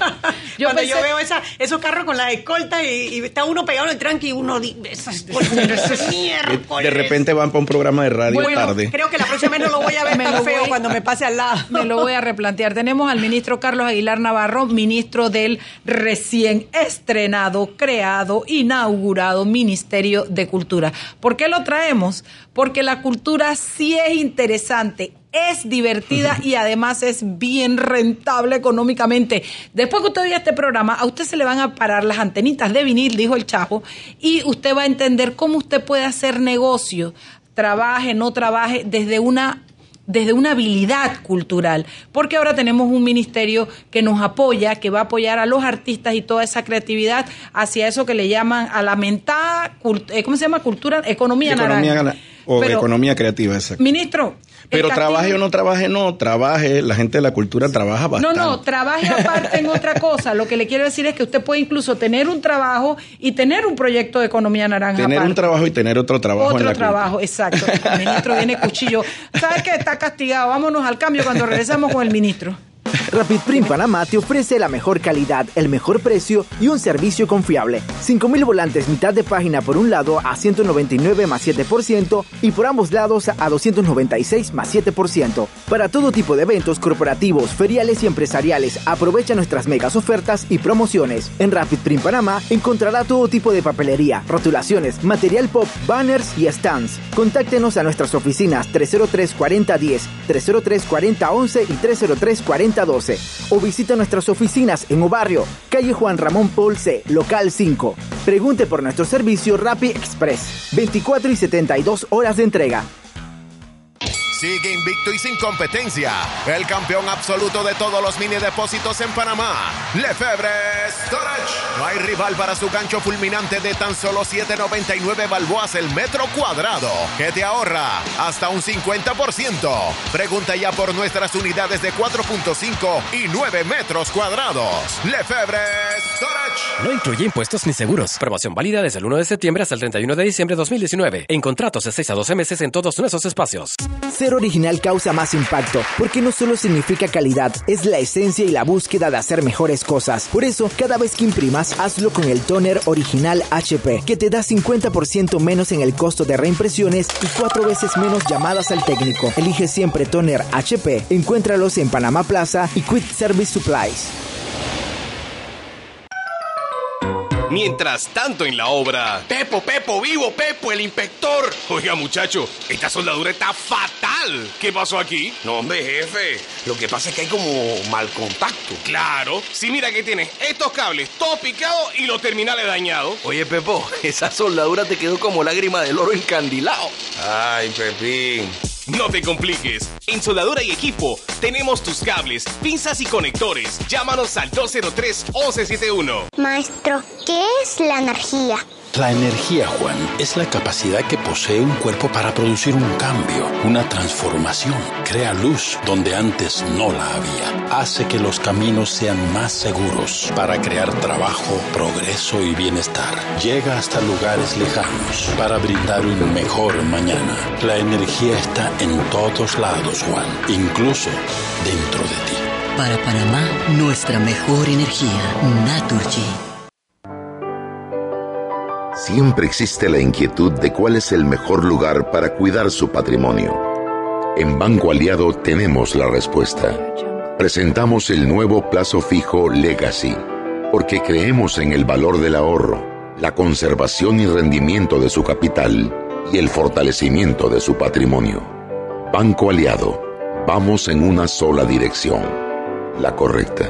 Yo Cuando pensé- yo veo esa, esos carros con las escoltas y, y está uno pegado en el tranque y uno dice, esas escoltas, esas De, miércoles. de repente van para un programa de radio Bueno, tarde. creo que la próxima vez no lo voy a ver Me tan lo feo voy- cuando me pase al lado. Me lo voy a replantear. Tenemos al ministro Carlos Aguilar Navarro, ministro del recién estrenado, creado, inaugurado Ministerio de Cultura. ¿Por qué lo traemos? Porque la cultura sí es interesante, es divertida y además es bien rentable económicamente. Después que usted vea este programa, a usted se le van a parar las antenitas de vinil, dijo el Chapo, y usted va a entender cómo usted puede hacer negocio, trabaje, no trabaje, desde una desde una habilidad cultural, porque ahora tenemos un ministerio que nos apoya, que va a apoyar a los artistas y toda esa creatividad hacia eso que le llaman a la mentada, cult- eh, ¿cómo se llama? Cultura, economía, Economía naranja. gana- o Pero, economía creativa, exacto. Ministro, el Pero castigo- trabaje o no trabaje, no, trabaje, la gente de la cultura trabaja No, bastante. no, trabaje aparte en otra cosa. Lo que le quiero decir es que usted puede incluso tener un trabajo y tener un proyecto de economía naranja Tener aparte. un trabajo y tener otro trabajo en Otro la trabajo, exacto. El ministro viene cuchillo. ¿Sabe qué? Está castigado. Vámonos al cambio cuando regresamos con el ministro. Rapid Print Panamá te ofrece la mejor calidad, el mejor precio y un servicio confiable. cinco mil volantes mitad de página por un lado a ciento noventa y nueve más siete por ciento y por ambos lados a doscientos noventa y seis más siete por ciento. Para todo tipo de eventos corporativos, feriales y empresariales, aprovecha nuestras megas ofertas y promociones. En Rapid Print Panamá encontrará todo tipo de papelería, rotulaciones, material pop, banners y stands. Contáctenos a nuestras oficinas tres cero tres, cuarenta diez, tres cero tres, cuarenta once y tres cero tres, cuarenta doce o visita nuestras oficinas en Obarrio, calle Juan Ramón Ponce, local cinco. Pregunte por nuestro servicio Rappi Express, veinticuatro y setenta y dos horas de entrega. Sigue invicto y sin competencia. El campeón absoluto de todos los mini depósitos en Panamá. Lefebvre Storage. No hay rival para su gancho fulminante de tan solo siete noventa y nueve balboas el metro cuadrado, que te ahorra hasta un cincuenta por ciento. Pregunta ya por nuestras unidades de cuatro punto cinco y nueve metros cuadrados. Lefebvre Storage. No incluye impuestos ni seguros. Promoción válida desde el uno de septiembre hasta el treinta y uno de diciembre de dos mil diecinueve. En contratos de seis a doce meses en todos nuestros espacios. Ser original causa más impacto, porque no solo significa calidad, es la esencia y la búsqueda de hacer mejores cosas. Por eso, cada vez que imprimas, hazlo con el tóner original H P, que te da cincuenta por ciento menos en el costo de reimpresiones y cuatro veces menos llamadas al técnico. Elige siempre tóner H P. Encuéntralos en Panamá Plaza y Quick Service Supplies. Mientras tanto en la obra... Pepo, Pepo, vivo, Pepo, el inspector. Oiga, muchacho, esta soldadura está fatal. ¿Qué pasó aquí? No, hombre, jefe. Lo que pasa es que hay como mal contacto. Claro. Sí, mira que tienes estos cables todos picados y los terminales dañados. Oye, Pepo, esa soldadura te quedó como lágrima del oro encandilado. Ay, Pepín. No te compliques. En Soldadura y Equipo tenemos tus cables, pinzas y conectores. Llámanos al dos cero tres, once setenta y uno. Maestro, ¿qué es la energía? La energía, Juan, es la capacidad que posee un cuerpo para producir un cambio, una transformación. Crea luz donde antes no la había. Hace que los caminos sean más seguros para crear trabajo, progreso y bienestar. Llega hasta lugares lejanos para brindar un mejor mañana. La energía está en todos lados, Juan, incluso dentro de ti. Para Panamá, nuestra mejor energía, Naturgy. Siempre existe la inquietud de cuál es el mejor lugar para cuidar su patrimonio. En Banco Aliado tenemos la respuesta. Presentamos el nuevo plazo fijo Legacy, porque creemos en el valor del ahorro, la conservación y rendimiento de su capital y el fortalecimiento de su patrimonio. Banco Aliado, vamos en una sola dirección, la correcta.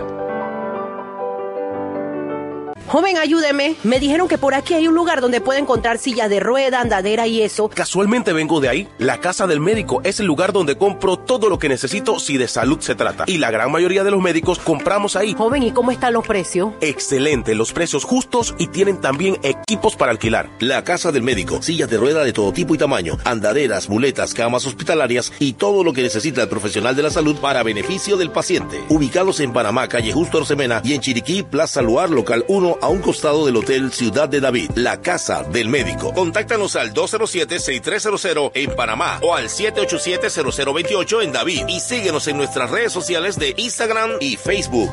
Joven, ayúdeme. Me dijeron que por aquí hay un lugar donde puede encontrar sillas de rueda, andadera y eso. Casualmente vengo de ahí. La casa del médico es el lugar donde compro todo lo que necesito si de salud se trata. Y la gran mayoría de los médicos compramos ahí. Joven, ¿y cómo están los precios? Excelente, los precios justos y tienen también equipos para alquilar. La casa del médico, sillas de rueda de todo tipo y tamaño, andaderas, muletas, camas hospitalarias y todo lo que necesita el profesional de la salud para beneficio del paciente. Ubicados en Panamá, calle Justo Rosemena y en Chiriquí, Plaza Luar, local uno, a un costado del Hotel Ciudad de David. La casa del médico. Contáctanos al dos cero siete, seis tres cero cero en Panamá o al siete ocho siete, cero cero dos ocho en David. Y síguenos en nuestras redes sociales de Instagram y Facebook.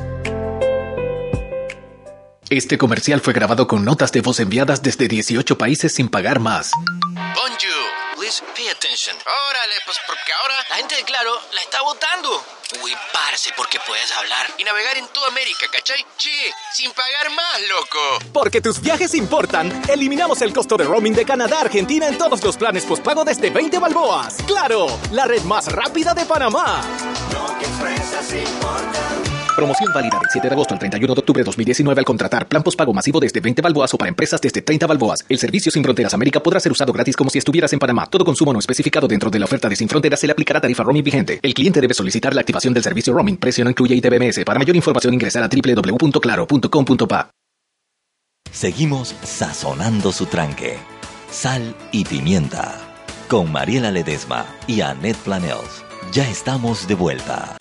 Este comercial fue grabado con notas de voz enviadas desde dieciocho países sin pagar más. Bonjour, please pay attention. Órale, pues porque ahora la gente de Claro la está votando. Uy, parce, porque puedes hablar y navegar en toda América, ¿cachai? Che, sin pagar más, loco. Porque tus viajes importan, eliminamos el costo de roaming de Canadá a Argentina en todos los planes postpago desde veinte balboas. ¡Claro! La red más rápida de Panamá. Lo que empresas importan. Promoción válida del siete de agosto al treinta y uno de octubre de dos mil diecinueve al contratar plan postpago masivo desde veinte balboas o para empresas desde treinta balboas. El servicio Sin Fronteras América podrá ser usado gratis como si estuvieras en Panamá. Todo consumo no especificado dentro de la oferta de Sin Fronteras se le aplicará tarifa roaming vigente. El cliente debe solicitar la activación del servicio roaming. Precio no incluye I T B M S. Para mayor información ingresar a doble u doble u doble u punto claro punto com punto pa. Seguimos sazonando su tranque. Sal y pimienta. Con Mariela Ledesma y Annette Planels. Ya estamos de vuelta.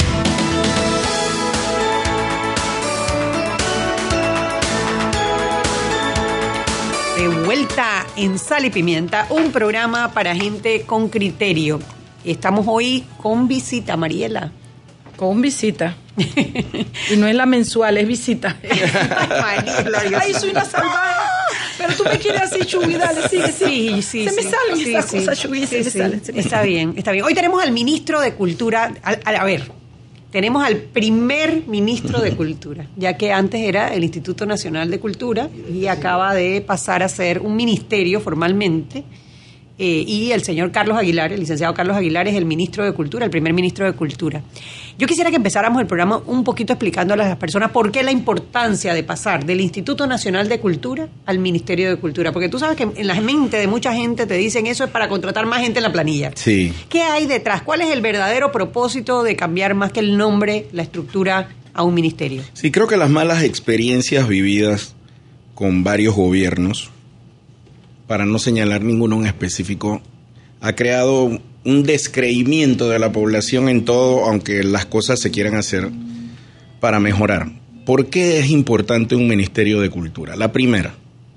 De vuelta en Sal y Pimienta, un programa para gente con criterio. Estamos hoy con visita, Mariela. Con visita. Y no es la mensual, es visita. Ay, soy una salvaje. Pero tú me quieres así, Chugui, dale, sigue, sigue. Sí, sí, se sí, me salen sí, esas sí, cosas, Chugui, sí, se me sí. salen. se me Está salen. bien, está bien. Hoy tenemos al ministro de Cultura. A, a, a ver, tenemos al primer ministro de Cultura, ya que antes era el Instituto Nacional de Cultura y acaba de pasar a ser un ministerio formalmente. Eh, y el señor Carlos Aguilar, el licenciado Carlos Aguilar, es el ministro de Cultura, el primer ministro de Cultura. Yo quisiera que empezáramos el programa un poquito explicando a las personas por qué la importancia de pasar del Instituto Nacional de Cultura al Ministerio de Cultura. Porque tú sabes que en la mente de mucha gente te dicen eso es para contratar más gente en la planilla. Sí. ¿Qué hay detrás? ¿Cuál es el verdadero propósito de cambiar más que el nombre, la estructura a un ministerio? Sí, creo que las malas experiencias vividas con varios gobiernos, para no señalar ninguno en específico, ha creado un descreimiento de la población en todo, aunque las cosas se quieran hacer para mejorar. ¿Por qué es importante un Ministerio de Cultura? La primera,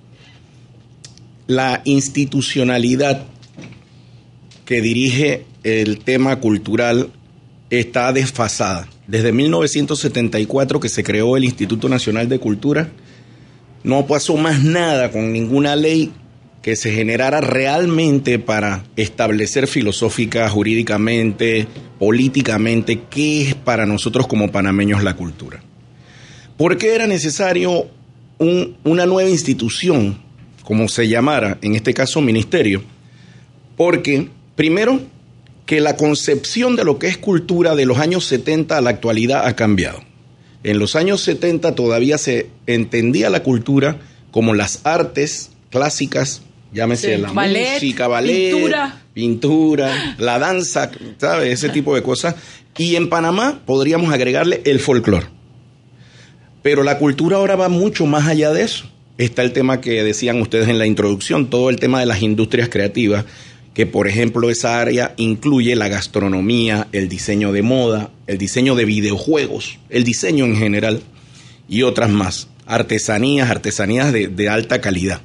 la institucionalidad que dirige el tema cultural está desfasada. Desde mil novecientos setenta y cuatro que se creó el Instituto Nacional de Cultura, no pasó más nada con ninguna ley que se generara realmente para establecer filosófica, jurídicamente, políticamente, qué es para nosotros como panameños la cultura. ¿Por qué era necesario un, una nueva institución, como se llamara, en este caso ministerio, porque primero que la concepción de lo que es cultura de los años setenta a la actualidad ha cambiado. En los años setenta todavía se entendía la cultura como las artes clásicas, llámese sí, la ballet, música, ballet, pintura. pintura, la danza, ¿sabes? Ese tipo de cosas. Y en Panamá podríamos agregarle el folclore. Pero la cultura ahora va mucho más allá de eso. Está el tema que decían ustedes en la introducción, todo el tema de las industrias creativas, que por ejemplo esa área incluye la gastronomía, el diseño de moda, el diseño de videojuegos, el diseño en general y otras más. Artesanías, artesanías de, de alta calidad.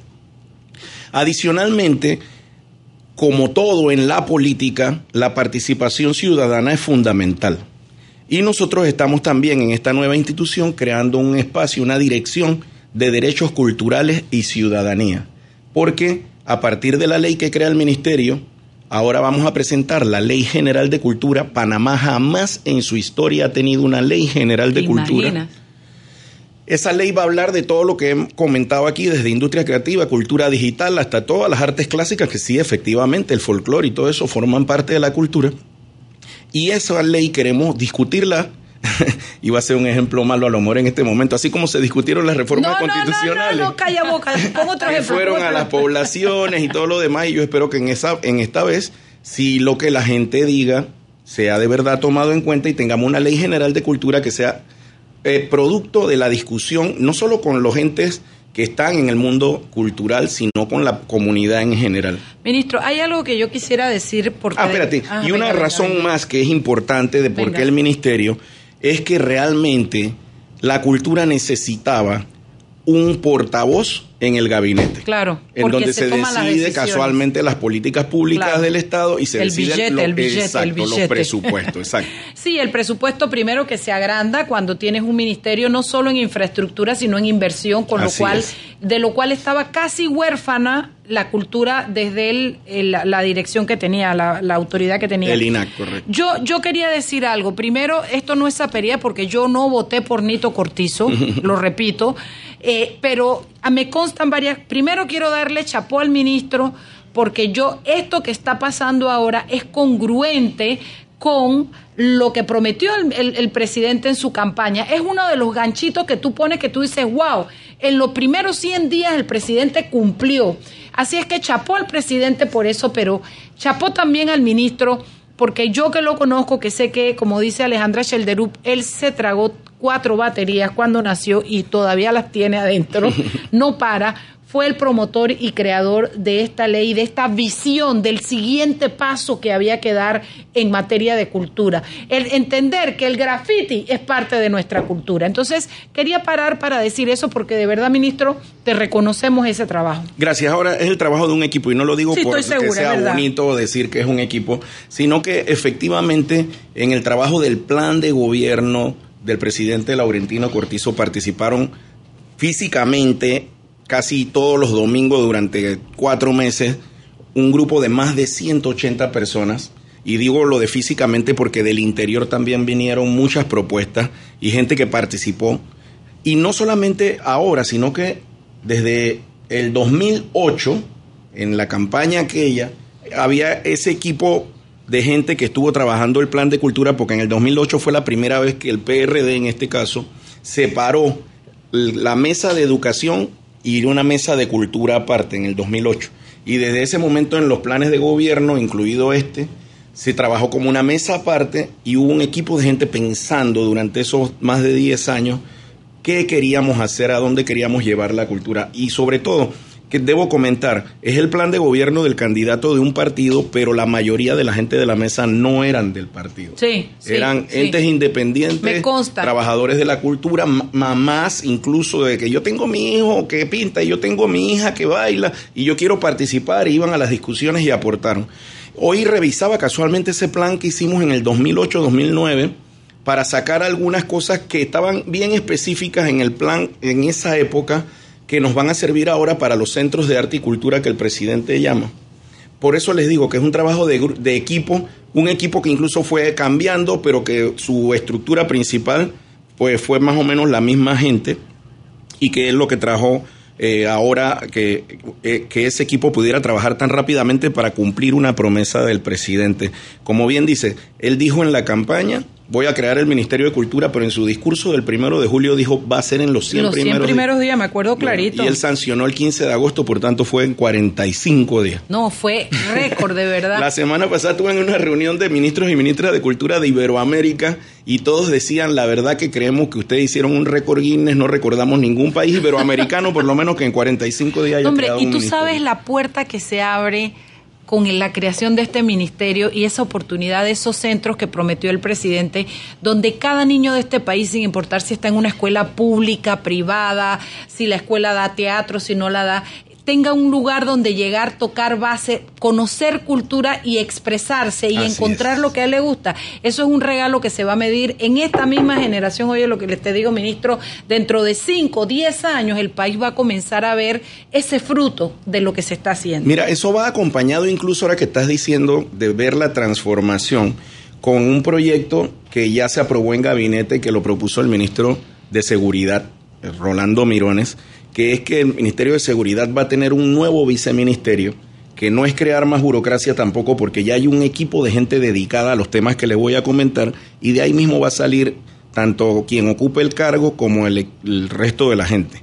Adicionalmente, como todo en la política, la participación ciudadana es fundamental. Y nosotros estamos también en esta nueva institución creando un espacio, una dirección de derechos culturales y ciudadanía. Porque a partir de la ley que crea el ministerio, ahora vamos a presentar la Ley General de Cultura. Panamá jamás en su historia ha tenido una Ley General de Cultura. ¿Imaginas? Esa ley va a hablar de todo lo que he comentado aquí, desde industria creativa, cultura digital, hasta todas las artes clásicas, que sí, efectivamente, el folclore y todo eso forman parte de la cultura. Y esa ley queremos discutirla, y va a ser un ejemplo malo a lo mejor en este momento, así como se discutieron las reformas no, constitucionales. No, no, no, calla boca, pon otro ejemplo. Fueron a las poblaciones y todo lo demás, y yo espero que en, esa, en esta vez, si lo que la gente diga sea de verdad tomado en cuenta y tengamos una ley general de cultura que sea Eh, producto de la discusión, no solo con los entes que están en el mundo cultural, sino con la comunidad en general. Ministro, hay algo que yo quisiera decir porque... Ah, espérate, ah, y una venga, razón venga. más que es importante de por venga. qué el ministerio es que realmente la cultura necesitaba un portavoz en el gabinete. Claro. En donde se, se decide casualmente las políticas públicas claro. del Estado y se el deciden billete, lo, el billete, exacto, el billete. los presupuestos. Exacto. Sí, el presupuesto primero que se agranda cuando tienes un ministerio no solo en infraestructura, sino en inversión, con Así lo cual, es. de lo cual estaba casi huérfana la cultura desde el, el, la dirección que tenía, la, la autoridad que tenía. El I N A C, correcto. Yo, yo quería decir algo. Primero, esto no es sapería porque yo no voté por Nito Cortizo, lo repito, eh, pero me constan varias... Primero quiero darle chapó al ministro porque yo, esto que está pasando ahora es congruente con lo que prometió el, el, el presidente en su campaña. Es uno de los ganchitos que tú pones que tú dices, wow, en los primeros cien días el presidente cumplió. Así es que chapó al presidente por eso, pero chapó también al ministro, porque yo que lo conozco, que sé que, como dice Alejandra Shelderup, él se tragó cuatro baterías cuando nació y todavía las tiene adentro, no para. Fue el promotor y creador de esta ley, de esta visión del siguiente paso que había que dar en materia de cultura. El entender que el graffiti es parte de nuestra cultura. Entonces, quería parar para decir eso porque de verdad, ministro, te reconocemos ese trabajo. Gracias. Ahora es el trabajo de un equipo y no lo digo sí, porque segura, sea bonito decir que es un equipo, sino que efectivamente en el trabajo del plan de gobierno del presidente Laurentino Cortizo participaron físicamente casi todos los domingos durante cuatro meses, un grupo de más de ciento ochenta personas, y digo lo de físicamente porque del interior también vinieron muchas propuestas y gente que participó, y no solamente ahora, sino que desde el dos mil ocho, en la campaña aquella, había ese equipo de gente que estuvo trabajando el plan de cultura, porque en el dos mil ocho fue la primera vez que el P R D, en este caso, separó la mesa de educación y una mesa de cultura aparte en el dos mil ocho. Y desde ese momento en los planes de gobierno, incluido este, se trabajó como una mesa aparte y hubo un equipo de gente pensando durante esos más de diez años qué queríamos hacer, a dónde queríamos llevar la cultura. Y sobre todo, que debo comentar, es el plan de gobierno del candidato de un partido, pero la mayoría de la gente de la mesa no eran del partido. Sí, sí, eran sí. entes independientes, Me consta. trabajadores de la cultura, mamás incluso de que yo tengo mi hijo que pinta y yo tengo mi hija que baila y yo quiero participar, y iban a las discusiones y aportaron. Hoy revisaba casualmente ese plan que hicimos en el dos mil ocho dos mil nueve para sacar algunas cosas que estaban bien específicas en el plan en esa época, que nos van a servir ahora para los centros de arte y cultura que el presidente llama. Por eso les digo que es un trabajo de, de equipo, un equipo que incluso fue cambiando, pero que su estructura principal pues fue más o menos la misma gente. y que es lo que trajo eh, ahora que, eh, que ese equipo pudiera trabajar tan rápidamente para cumplir una promesa del presidente. Como bien dice, él dijo en la campaña, voy a crear el Ministerio de Cultura, pero en su discurso del primero de julio dijo, va a ser en los cien los primeros, cien primeros días. días, me acuerdo clarito. Bueno, y él sancionó el quince de agosto, por tanto fue en cuarenta y cinco días. No, fue récord, de verdad. La semana pasada estuve en una reunión de ministros y ministras de Cultura de Iberoamérica y todos decían, la verdad que creemos que ustedes hicieron un récord Guinness, no recordamos ningún país iberoamericano, por lo menos que en cuarenta y cinco días haya Hombre, creado y un tú ministerio. sabes la puerta que se abre con la creación de este ministerio y esa oportunidad de esos centros que prometió el presidente, donde cada niño de este país, sin importar si está en una escuela pública, privada, si la escuela da teatro, si no la da, tenga un lugar donde llegar, tocar base, conocer cultura y expresarse y Así encontrar es. lo que a él le gusta. Eso es un regalo que se va a medir en esta misma generación. Oye, lo que les te digo, ministro, dentro de cinco, diez años el país va a comenzar a ver ese fruto de lo que se está haciendo. Mira, eso va acompañado incluso ahora que estás diciendo de ver la transformación con un proyecto que ya se aprobó en gabinete, que lo propuso el ministro de Seguridad, Rolando Mirones, que es que el Ministerio de Seguridad va a tener un nuevo viceministerio, que no es crear más burocracia tampoco, porque ya hay un equipo de gente dedicada a los temas que les voy a comentar, y de ahí mismo va a salir tanto quien ocupe el cargo como el, el resto de la gente.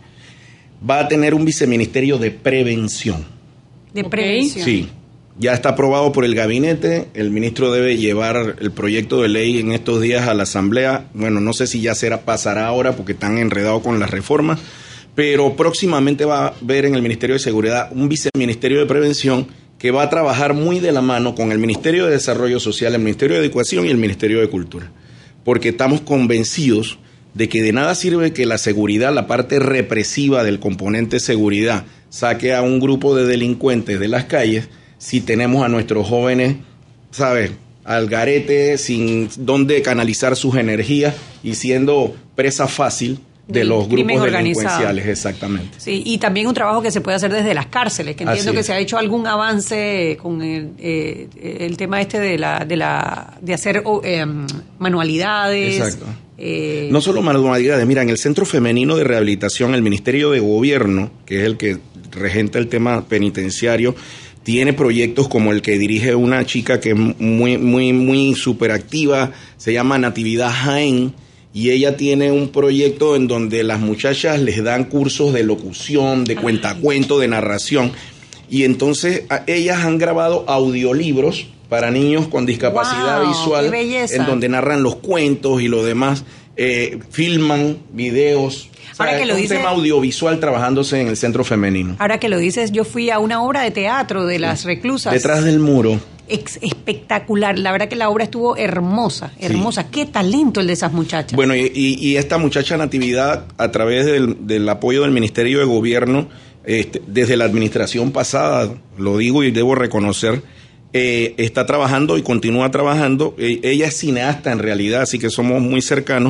Va a tener un viceministerio de prevención. De prevención. Sí, ya está aprobado por el gabinete, el ministro debe llevar el proyecto de ley en estos días a la asamblea. Bueno, no sé si ya será, pasará ahora porque están enredados con las reformas, pero próximamente va a haber en el Ministerio de Seguridad un viceministerio de prevención que va a trabajar muy de la mano con el Ministerio de Desarrollo Social, el Ministerio de Educación y el Ministerio de Cultura, porque estamos convencidos de que de nada sirve que la seguridad, la parte represiva del componente seguridad, saque a un grupo de delincuentes de las calles si tenemos a nuestros jóvenes, ¿sabes?, al garete, sin dónde canalizar sus energías y siendo presa fácil de Del los crimen grupos organizado. delincuenciales, exactamente. Sí, y también un trabajo que se puede hacer desde las cárceles, que entiendo Así que es. se ha hecho algún avance con el, eh, el tema este de la de la de hacer oh, eh, manualidades. Exacto. Eh, No solo manualidades, mira, en el Centro Femenino de Rehabilitación, el Ministerio de Gobierno, que es el que regenta el tema penitenciario, tiene proyectos como el que dirige una chica que es muy, muy, muy superactiva, se llama Natividad Jaén, y ella tiene un proyecto en donde las muchachas les dan cursos de locución, de cuentacuento, de narración, y entonces a, ellas han grabado audiolibros para niños con discapacidad Wow, visual, qué belleza. en donde narran los cuentos y lo demás, eh, filman videos. Ahora O sea, que es lo un dice- tema audiovisual trabajándose en el Centro Femenino. Ahora que lo dices, yo fui a una obra de teatro de las reclusas. Detrás del muro. Ex- espectacular. La verdad que la obra estuvo hermosa, hermosa. Qué talento el de esas muchachas. Bueno, y, y- y esta muchacha Natividad, a través del, del apoyo del Ministerio de Gobierno, este, desde la administración pasada, lo digo y debo reconocer, eh, está trabajando y continúa trabajando. Eh, ella es cineasta en realidad, así que somos muy cercanos.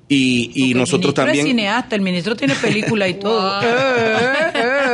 Y, y Porque nosotros el ministro también... es cineasta, el ministro tiene película y todo. Eh, eh,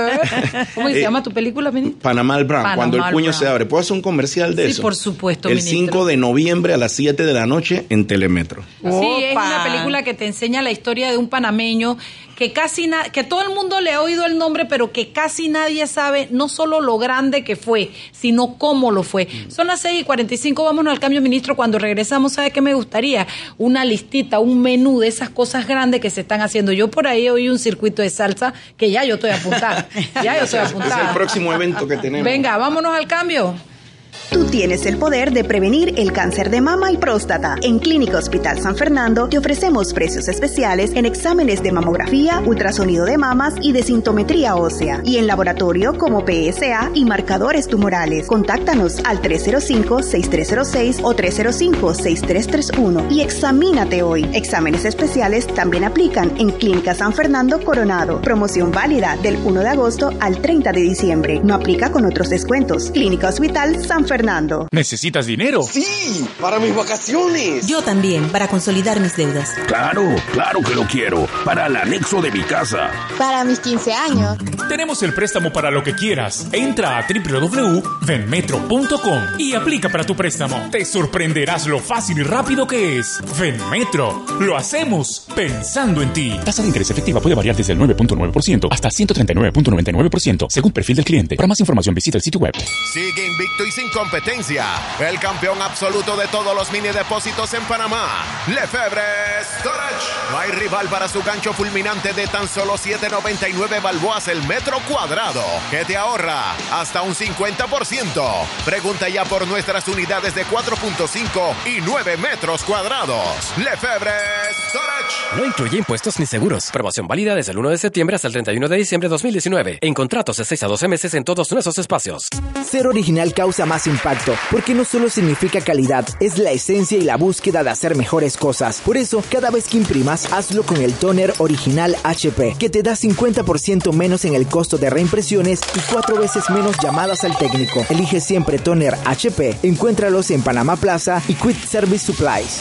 eh. ¿Cómo se Eh, llama tu película, ministro? Panamá al Brown, Panamá cuando el al puño Brown. se abre. ¿Puedo hacer un comercial de Sí, eso? por supuesto, El ministro. cinco de noviembre a las siete de la noche en Telemetro. Sí, es una película que te enseña la historia de un panameño que casi na- que todo el mundo le ha oído el nombre, pero que casi nadie sabe no solo lo grande que fue, sino cómo lo fue. Son las seis y cuarenta y cinco, vámonos al cambio, ministro. Cuando regresamos, ¿sabe qué me gustaría? Una listita, un menú de esas cosas grandes que se están haciendo. Yo por ahí oí un circuito de salsa que ya yo estoy apuntada. Ya yo estoy Es el apuntada. próximo evento que tenemos. Venga, vámonos al cambio. Tú tienes el poder de prevenir el cáncer de mama y próstata. En Clínica Hospital San Fernando te ofrecemos precios especiales en exámenes de mamografía, ultrasonido de mamas y de sintometría ósea. Y en laboratorio como P S A y marcadores tumorales. Contáctanos al tres cero cinco, seis tres cero seis o tres cero cinco, seis tres tres uno y examínate hoy. Exámenes especiales también aplican en Clínica San Fernando Coronado. Promoción válida del uno de agosto al treinta de diciembre. No aplica con otros descuentos. Clínica Hospital San San Fernando. ¿Necesitas dinero? Sí, para mis vacaciones. Yo también, para consolidar mis deudas. Claro, claro que lo quiero. Para el anexo de mi casa. Para mis quince años. Tenemos el préstamo para lo que quieras. Entra a doble u doble u doble u punto venmetro punto com y aplica para tu préstamo. Te sorprenderás lo fácil y rápido que es. Venmetro. Lo hacemos pensando en ti. Tasa de interés efectiva puede variar desde el nueve punto nueve por ciento hasta ciento treinta y nueve punto noventa y nueve por ciento según perfil del cliente. Para más información visita el sitio web. Sigue invicto y sin competencia. El campeón absoluto de todos los mini depósitos en Panamá. Lefebvre Storage. No hay rival para su gancho fulminante de tan solo siete noventa y nueve balboas el metro cuadrado, que te ahorra hasta un cincuenta por ciento. Pregunta ya por nuestras unidades de cuatro punto cinco y nueve metros cuadrados. Lefebvre Storage. No incluye impuestos ni seguros. Promoción válida desde el uno de septiembre hasta el treinta y uno de diciembre de dos mil diecinueve. En contratos de seis a doce meses en todos nuestros espacios. Ser original causa más impacto, porque no solo significa calidad, es la esencia y la búsqueda de hacer mejores cosas. Por eso, cada vez que imprimas, hazlo con el tóner original H P, que te da cincuenta por ciento menos en el costo de reimpresiones y cuatro veces menos llamadas al técnico. Elige siempre tóner H P. Encuéntralos en Panamá Plaza y Quick Service Supplies.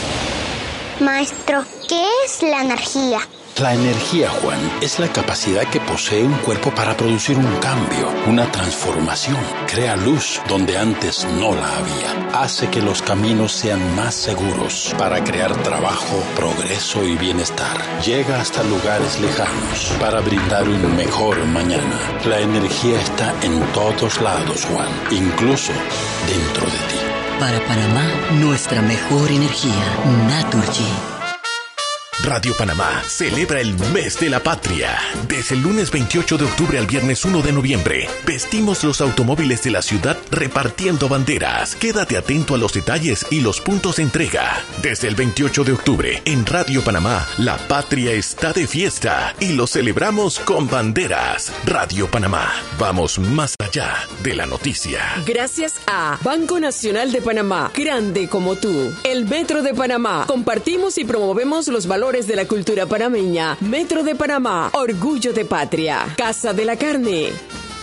Maestro, ¿qué es la energía? La energía, Juan, es la capacidad que posee un cuerpo para producir un cambio, una transformación. Crea luz donde antes no la había. Hace que los caminos sean más seguros para crear trabajo, progreso y bienestar. Llega hasta lugares lejanos para brindar un mejor mañana. La energía está en todos lados, Juan, incluso dentro de ti. Para Panamá, nuestra mejor energía, Naturgy. Radio Panamá celebra el mes de la patria. Desde el lunes veintiocho de octubre al viernes uno de noviembre, vestimos los automóviles de la ciudad repartiendo banderas. Quédate atento a los detalles y los puntos de entrega. Desde el veintiocho de octubre, en Radio Panamá, la patria está de fiesta y lo celebramos con banderas. Radio Panamá, vamos más allá de la noticia. Gracias a Banco Nacional de Panamá, grande como tú. El Metro de Panamá, compartimos y promovemos los valores de la cultura panameña. Metro de Panamá, orgullo de patria. Casa de la Carne.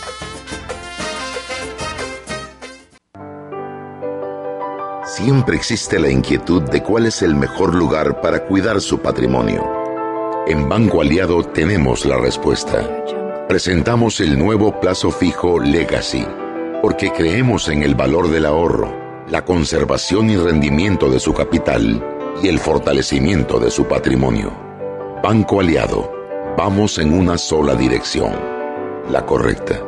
Siempre existe la inquietud de cuál es el mejor lugar para cuidar su patrimonio. En Banco Aliado tenemos la respuesta. Presentamos el nuevo plazo fijo Legacy, porque creemos en el valor del ahorro, la conservación y rendimiento de su capital y el fortalecimiento de su patrimonio. Banco Aliado, vamos en una sola dirección, la correcta.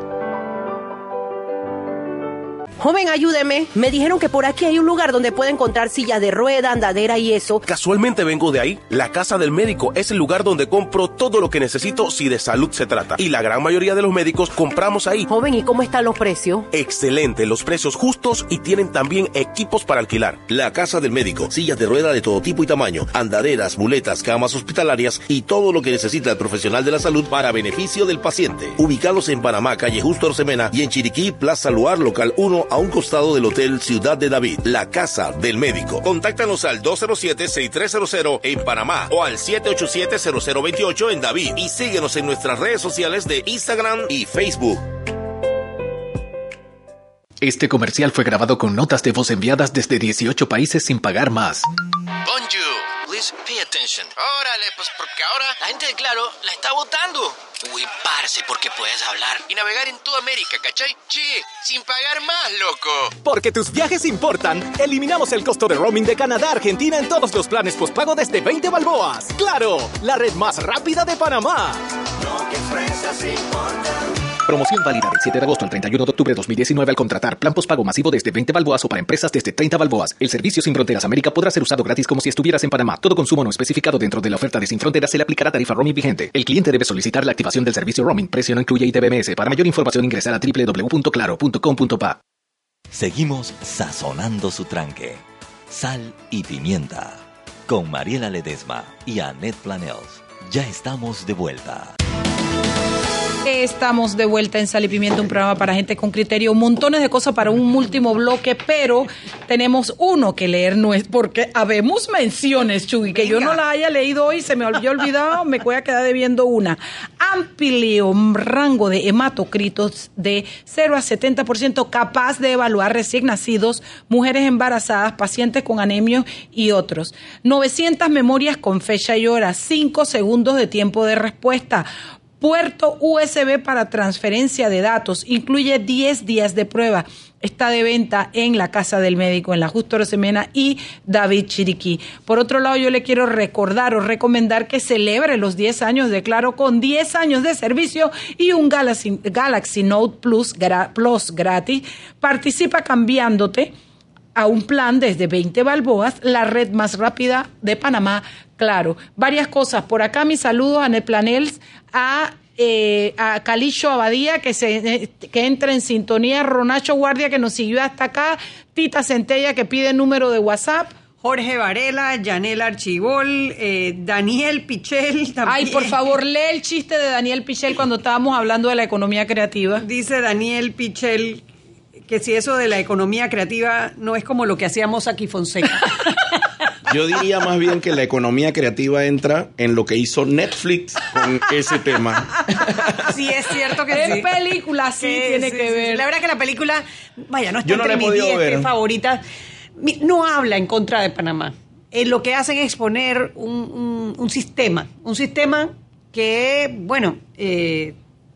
Joven, ayúdeme. Me dijeron que por aquí hay un lugar donde puede encontrar sillas de rueda, andadera y eso. Casualmente vengo de ahí. La Casa del Médico es el lugar donde compro todo lo que necesito si de salud se trata. Y la gran mayoría de los médicos compramos ahí. Joven, ¿y cómo están los precios? Excelente, los precios justos y tienen también equipos para alquilar. La Casa del Médico, sillas de rueda de todo tipo y tamaño, andaderas, muletas, camas hospitalarias y todo lo que necesita el profesional de la salud para beneficio del paciente. Ubicados en Panamá, calle Justo Orsemena, y en Chiriquí, Plaza Luar, local uno, a un costado del Hotel Ciudad de David. La Casa del Médico. Contáctanos al dos cero siete, seis tres cero cero en Panamá o al siete ocho siete, cero cero dos ocho en David y síguenos en nuestras redes sociales de Instagram y Facebook. Este comercial fue grabado con notas de voz enviadas desde dieciocho países sin pagar más. Bonjour, please pay attention. Órale, pues porque ahora la gente de Claro la está votando. Uy, parce, porque puedes hablar y navegar en toda América, ¿cachai? Che, sin pagar más, loco. Porque tus viajes importan, eliminamos el costo de roaming de Canadá a Argentina en todos los planes postpago desde veinte balboas. ¡Claro! La red más rápida de Panamá. Lo que ofreces importa. Promoción válida del siete de agosto al treinta y uno de octubre de dos mil diecinueve al contratar plan postpago masivo desde veinte balboas o para empresas desde treinta balboas. El servicio Sin Fronteras América podrá ser usado gratis como si estuvieras en Panamá. Todo consumo no especificado dentro de la oferta de Sin Fronteras se le aplicará tarifa roaming vigente. El cliente debe solicitar la activación del servicio roaming. Precio no incluye I T B M S. Para mayor información ingresar a doble u doble u doble u punto claro punto com punto pa. Seguimos sazonando su tranque. Sal y pimienta. Con Mariela Ledesma y Annette Planels. Ya estamos de vuelta. Estamos de vuelta en Sal y Pimienta, un programa para gente con criterio, montones de cosas para un último bloque, pero tenemos uno que leer, no es porque habemos menciones, Chuy, que yo no la haya leído hoy, se me había olvidado, me voy a quedar debiendo una. amplio rango de hematocritos de cero a setenta por ciento, capaz de evaluar recién nacidos, mujeres embarazadas, pacientes con anemia y otros. novecientas memorias con fecha y hora, cinco segundos de tiempo de respuesta. Puerto U S B para transferencia de datos, incluye diez días de prueba. Está de venta en la Casa del Médico, en la Justo Rosemena y David Chiriquí. Por otro lado, yo le quiero recordar o recomendar que celebre los diez años de Claro con diez años de servicio y un Galaxy, Galaxy Note Plus, gra, Plus gratis. Participa cambiándote a un plan desde veinte balboas, la red más rápida de Panamá, Claro. Varias cosas. Por acá mis saludos a Netplanels, a Eh, a Calicho Abadía, que se que entra en sintonía, Ronacho Guardia, que nos siguió hasta acá, Tita Centella, que pide el número de WhatsApp, Jorge Varela, Yanel Archibol, eh, Daniel Pichel también. Ay, por favor, lee el chiste de Daniel Pichel cuando estábamos hablando de la economía creativa. Dice Daniel Pichel que si eso de la economía creativa no es como lo que hacíamos aquí Fonseca. Yo diría más bien que la economía creativa entra en lo que hizo Netflix con ese tema. Sí, es cierto que en sí. En película sí que tiene sí, que sí. ver. La verdad que la película, vaya, no está Yo no entre mis diez favoritas. No habla en contra de Panamá. Eh, lo que hacen es exponer un, un, un sistema. Un sistema que, bueno, eh,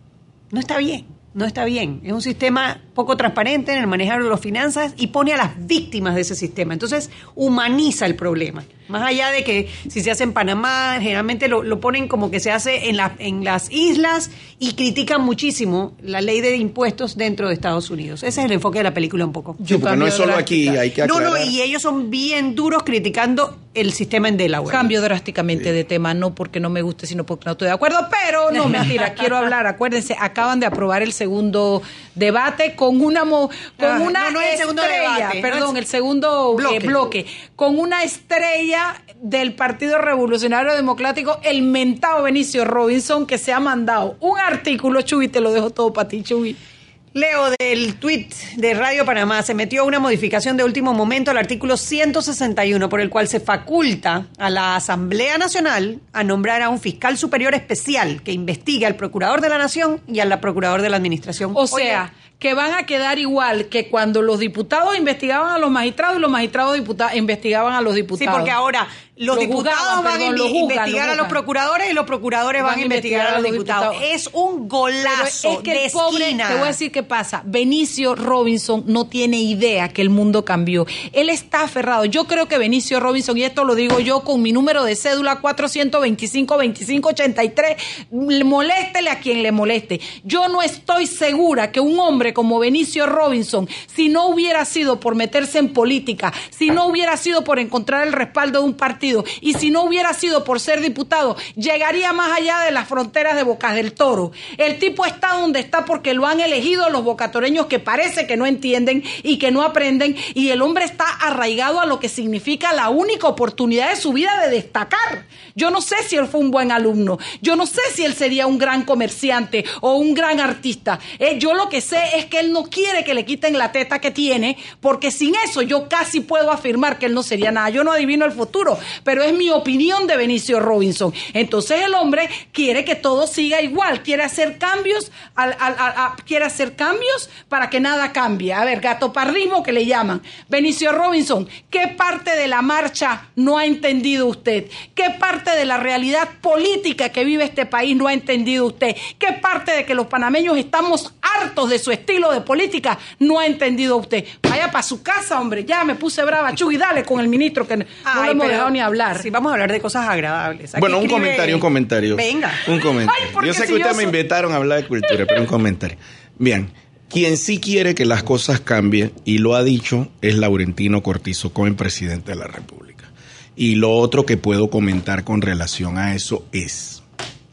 no está bien. No está bien. Es un sistema poco transparente en el manejo de las finanzas y pone a las víctimas de ese sistema. Entonces, humaniza el problema. Más allá de que si se hace en Panamá, generalmente lo, lo ponen como que se hace en, la, en las islas y critican muchísimo la ley de impuestos dentro de Estados Unidos. Ese es el enfoque de la película un poco. Sí, porque no es solo aquí, hay que aclarar. No, no, y ellos son bien duros criticando el sistema en Delaware. Cambio drásticamente sí. de tema, no porque no me guste, sino porque no estoy de acuerdo, pero no, mentira, quiero hablar. Acuérdense, acaban de aprobar el segundo debate con una mo, con ah, una no, no estrella, el segundo debate, perdón, no es el segundo bloque. Eh, bloque, con una estrella del Partido Revolucionario Democrático, el mentado Benicio Robinson, que se ha mandado un artículo, Chuy, te lo dejo todo para ti, Chuy. Leo del tuit de Radio Panamá, se metió una modificación de último momento al artículo ciento sesenta y uno, por el cual se faculta a la Asamblea Nacional a nombrar a un fiscal superior especial que investigue al Procurador de la Nación y al Procurador de la Administración. O sea, Oye, que van a quedar igual que cuando los diputados investigaban a los magistrados y los magistrados diputados investigaban a los diputados. Sí, porque ahora los, los diputados juzgaban, van perdón, a invi- juzgan, investigar a los procuradores y los procuradores van, van a investigar a los, a los diputados. diputados. Es un golazo es que de el pobre, esquina. Te voy a decir qué pasa. Benicio Robinson no tiene idea que el mundo cambió. Él está aferrado. Yo creo que Benicio Robinson, y esto lo digo yo con mi número de cédula cuatrocientos veinticinco veinticinco ochenta y tres, moléstele a quien le moleste. Yo no estoy segura que un hombre como Benicio Robinson, si no hubiera sido por meterse en política, si no hubiera sido por encontrar el respaldo de un partido y si no hubiera sido por ser diputado, llegaría más allá de las fronteras de Bocas del Toro. El tipo está donde está porque lo han elegido los bocatoreños que parece que no entienden y que no aprenden, y el hombre está arraigado a lo que significa la única oportunidad de su vida de destacar. Yo no sé si él fue un buen alumno, yo no sé si él sería un gran comerciante o un gran artista. Eh, yo lo que sé es que él no quiere que le quiten la teta que tiene, porque sin eso yo casi puedo afirmar que él no sería nada. Yo no adivino el futuro, pero es mi opinión de Benicio Robinson. Entonces el hombre quiere que todo siga igual, quiere hacer cambios, al, al, al, a, quiere hacer cambios para que nada cambie. A ver, gatopardismo que le llaman. Benicio Robinson, ¿qué parte de la marcha no ha entendido usted? ¿Qué parte de la realidad política que vive este país no ha entendido usted? ¿Qué parte de que los panameños estamos hartos de su estilo de política no ha entendido usted? Vaya para su casa, hombre. Ya me puse brava, Chuy, dale con el ministro que no Ay, lo hemos dejado ni hablar. Sí, vamos a hablar de cosas agradables. Aquí bueno, un escribe... comentario, un comentario. Venga. Un comentario. Ay, yo sé que si ustedes yo me soy... invitaron a hablar de cultura, pero un comentario. Bien, quien sí quiere que las cosas cambien, y lo ha dicho, es Laurentino Cortizo, como presidente de la República. Y lo otro que puedo comentar con relación a eso es,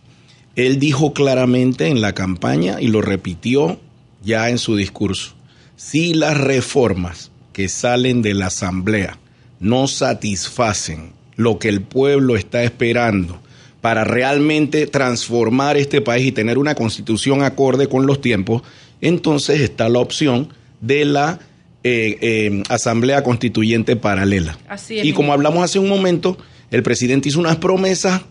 él dijo claramente en la campaña, y lo repitió ya en su discurso, si las reformas que salen de la Asamblea no satisfacen lo que el pueblo está esperando para realmente transformar este país y tener una constitución acorde con los tiempos, entonces está la opción de la eh, eh, Asamblea Constituyente paralela. Así es, y como hablamos hace un momento, el presidente hizo unas promesas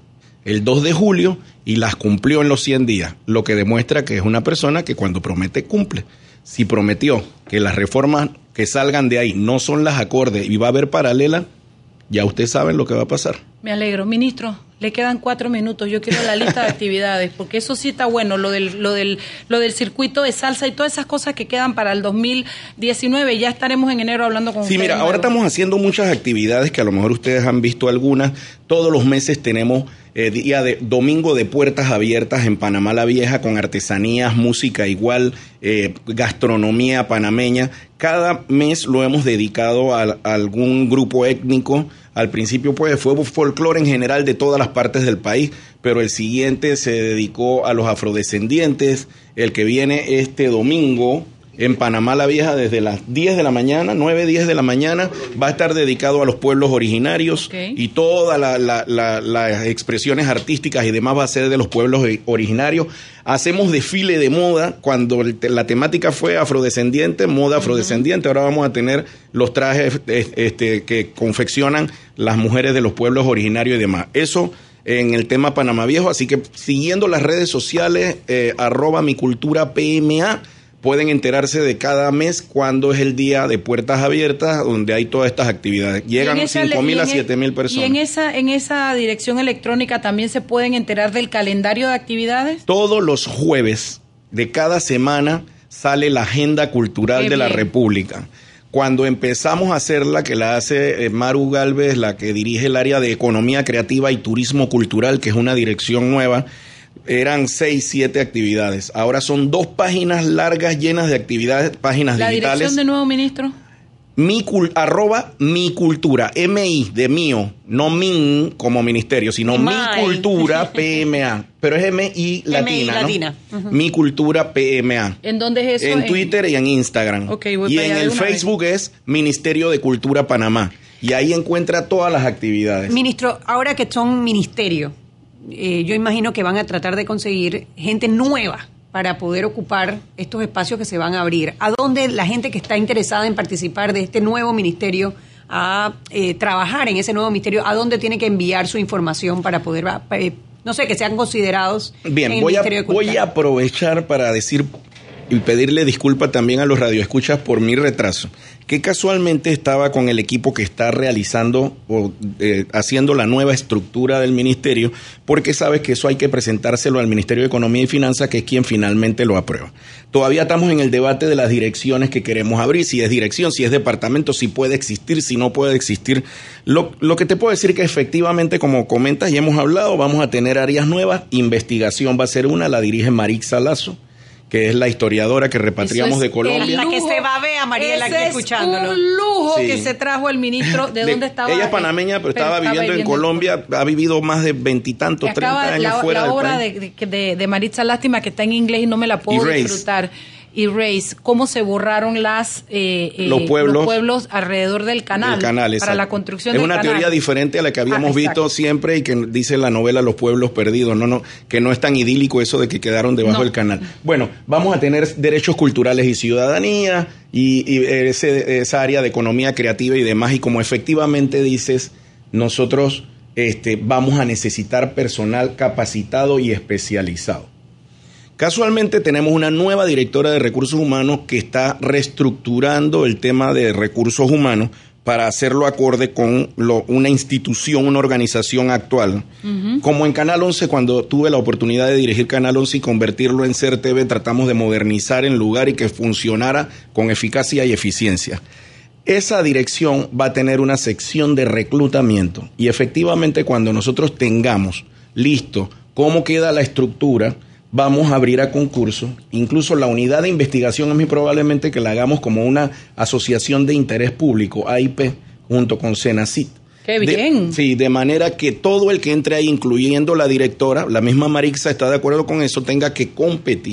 el dos de julio y las cumplió en los cien días, lo que demuestra que es una persona que cuando promete cumple. Si prometió que las reformas que salgan de ahí no son las acordes y va a haber paralela, ya ustedes saben lo que va a pasar. Me alegro. Ministro, le quedan cuatro minutos. Yo quiero la lista de actividades, porque eso sí está bueno, lo del, lo del, lo del circuito de salsa y todas esas cosas que quedan para el dos mil diecinueve. Ya estaremos en enero hablando con Sí, ustedes. mira, nuevo. ahora estamos haciendo muchas actividades que a lo mejor ustedes han visto algunas. Todos los meses tenemos eh, día de domingo de puertas abiertas en Panamá la Vieja con artesanías, música igual, eh, gastronomía panameña. Cada mes lo hemos dedicado a, a algún grupo étnico. Al principio pues fue folclore en general de todas las partes del país, pero el siguiente se dedicó a los afrodescendientes. El que viene este domingo en Panamá la Vieja desde las diez de la mañana, nueve, diez de la mañana, va a estar dedicado a los pueblos originarios, okay. Y todas la, la, la, las expresiones artísticas y demás va a ser de los pueblos originarios. Hacemos desfile de moda, cuando la temática fue afrodescendiente, moda afrodescendiente, uh-huh. Ahora vamos a tener los trajes este, que confeccionan las mujeres de los pueblos originarios y demás. Eso en el tema Panamá Viejo, así que siguiendo las redes sociales, eh, arroba mi cultura P M A, pueden enterarse de cada mes cuándo es el día de puertas abiertas, donde hay todas estas actividades. Llegan cinco mil a siete mil personas. ¿Y en esa, en esa dirección electrónica también se pueden enterar del calendario de actividades? Todos los jueves de cada semana sale la agenda cultural Qué de bien. La República. Cuando empezamos a hacerla, que la hace eh, Maru Galvez, la que dirige el área de Economía Creativa y Turismo Cultural, que es una dirección nueva, eran seis, siete actividades. Ahora son dos páginas largas llenas de actividades, páginas ¿La digitales. ¿La dirección de nuevo, ministro? Mi cul, arroba mi cultura, M I de mío, no min como ministerio, sino My. Mi cultura P M A. Pero es M I latina, M I latina. ¿No? Uh-huh. Mi cultura P M A. ¿En dónde es eso? En Twitter y en Instagram. Okay, voy y para en allá el de una Facebook vez. Es Ministerio de Cultura Panamá. Y ahí encuentra todas las actividades. Ministro, ahora que son ministerio, eh, yo imagino que van a tratar de conseguir gente nueva para poder ocupar estos espacios que se van a abrir. ¿A dónde la gente que está interesada en participar de este nuevo ministerio, a eh, trabajar en ese nuevo ministerio, a dónde tiene que enviar su información para poder, eh, no sé, que sean considerados Bien, en el voy a, Ministerio de Cultura? voy a aprovechar para decir y pedirle disculpas también a los radioescuchas por mi retraso, que casualmente estaba con el equipo que está realizando o eh, haciendo la nueva estructura del ministerio, porque sabes que eso hay que presentárselo al Ministerio de Economía y Finanzas, que es quien finalmente lo aprueba. Todavía estamos en el debate de las direcciones que queremos abrir, si es dirección, si es departamento, si puede existir, si no puede existir. Lo, lo que te puedo decir que efectivamente, como comentas y hemos hablado, vamos a tener áreas nuevas. Investigación va a ser una, la dirige Marixa Lazo, que es la historiadora que repatriamos es de Colombia. La que se va a ver a Mariela aquí escuchándolo. Es un lujo sí. que se trajo el ministro. ¿De, de dónde estaba? Ella es panameña, pero, pero estaba, estaba viviendo, viviendo en Colombia. En... Ha vivido más de veintitantos, treinta años la, fuera la del obra país. de, de, de Maritza, lástima que está en inglés y no me la puedo Erase. disfrutar. Erase, cómo se borraron las eh, eh, los, pueblos, los pueblos alrededor del canal, del canal para la construcción es del una canal. Teoría diferente a la que habíamos ah, visto siempre y que dice la novela Los Pueblos Perdidos. No, no, que no es tan idílico eso de que quedaron debajo no. del canal. Bueno, vamos a tener derechos culturales y ciudadanía y, y ese, esa área de economía creativa y demás, y como efectivamente dices, nosotros este, vamos a necesitar personal capacitado y especializado. Casualmente tenemos una nueva directora de recursos humanos que está reestructurando el tema de recursos humanos para hacerlo acorde con lo, una institución, una organización actual. Uh-huh. Como en Canal once, cuando tuve la oportunidad de dirigir Canal once y convertirlo en C E R T V, tratamos de modernizar el lugar y que funcionara con eficacia y eficiencia. Esa dirección va a tener una sección de reclutamiento y efectivamente cuando nosotros tengamos listo cómo queda la estructura, vamos a abrir a concurso. Incluso la unidad de investigación es muy probablemente que la hagamos como una asociación de interés público, A I P, junto con Senacit. ¡Qué bien! De, sí, de manera que todo el que entre ahí, incluyendo la directora, la misma Marixa está de acuerdo con eso, tenga que competir.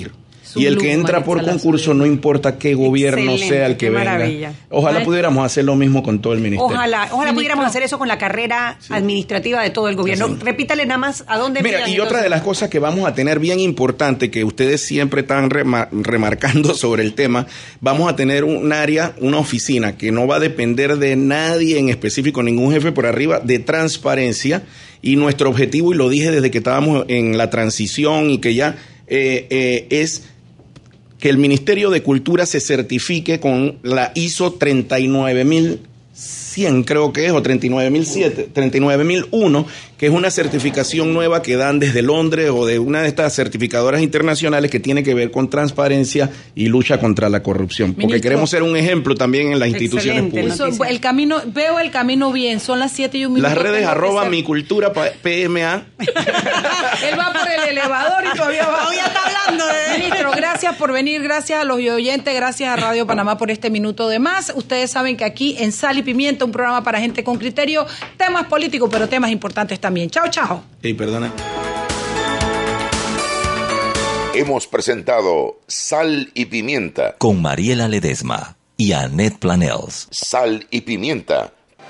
Y el que entra por concurso, no importa qué gobierno Excelente, sea el que qué venga. maravilla. Ojalá pudiéramos hacer lo mismo con todo el ministerio. Ojalá, ojalá pudiéramos hacer eso con la carrera sí. administrativa de todo el gobierno. Sí. Repítale nada más a dónde Mira, y entonces? Otra de las cosas que vamos a tener bien importante, que ustedes siempre están remar- remarcando sobre el tema, vamos a tener un área, una oficina que no va a depender de nadie en específico, ningún jefe por arriba, de transparencia. Y nuestro objetivo, y lo dije desde que estábamos en la transición y que ya eh, eh, es que el Ministerio de Cultura se certifique con la I S O treinta y nueve mil cien, creo que es, o treinta y nueve mil siete, treinta y nueve mil uno, que es una certificación nueva que dan desde Londres o de una de estas certificadoras internacionales que tiene que ver con transparencia y lucha contra la corrupción. Porque Ministro, queremos ser un ejemplo también en las instituciones públicas. Eso, el camino, veo el camino bien, son las siete y un minuto. Las redes arroba mi cultura P M A. Él va por el elevador y todavía va. Todavía está hablando. ¿eh? Ministro, gracias por venir, gracias a los oyentes, gracias a Radio Panamá por este minuto de más. Ustedes saben que aquí en Sal y Pimienta, un programa para gente con criterio, temas políticos, pero temas importantes también. Chao, chao. Hey, perdona. Hemos presentado Sal y Pimienta con Mariela Ledesma y Annette Planels. Sal y Pimienta,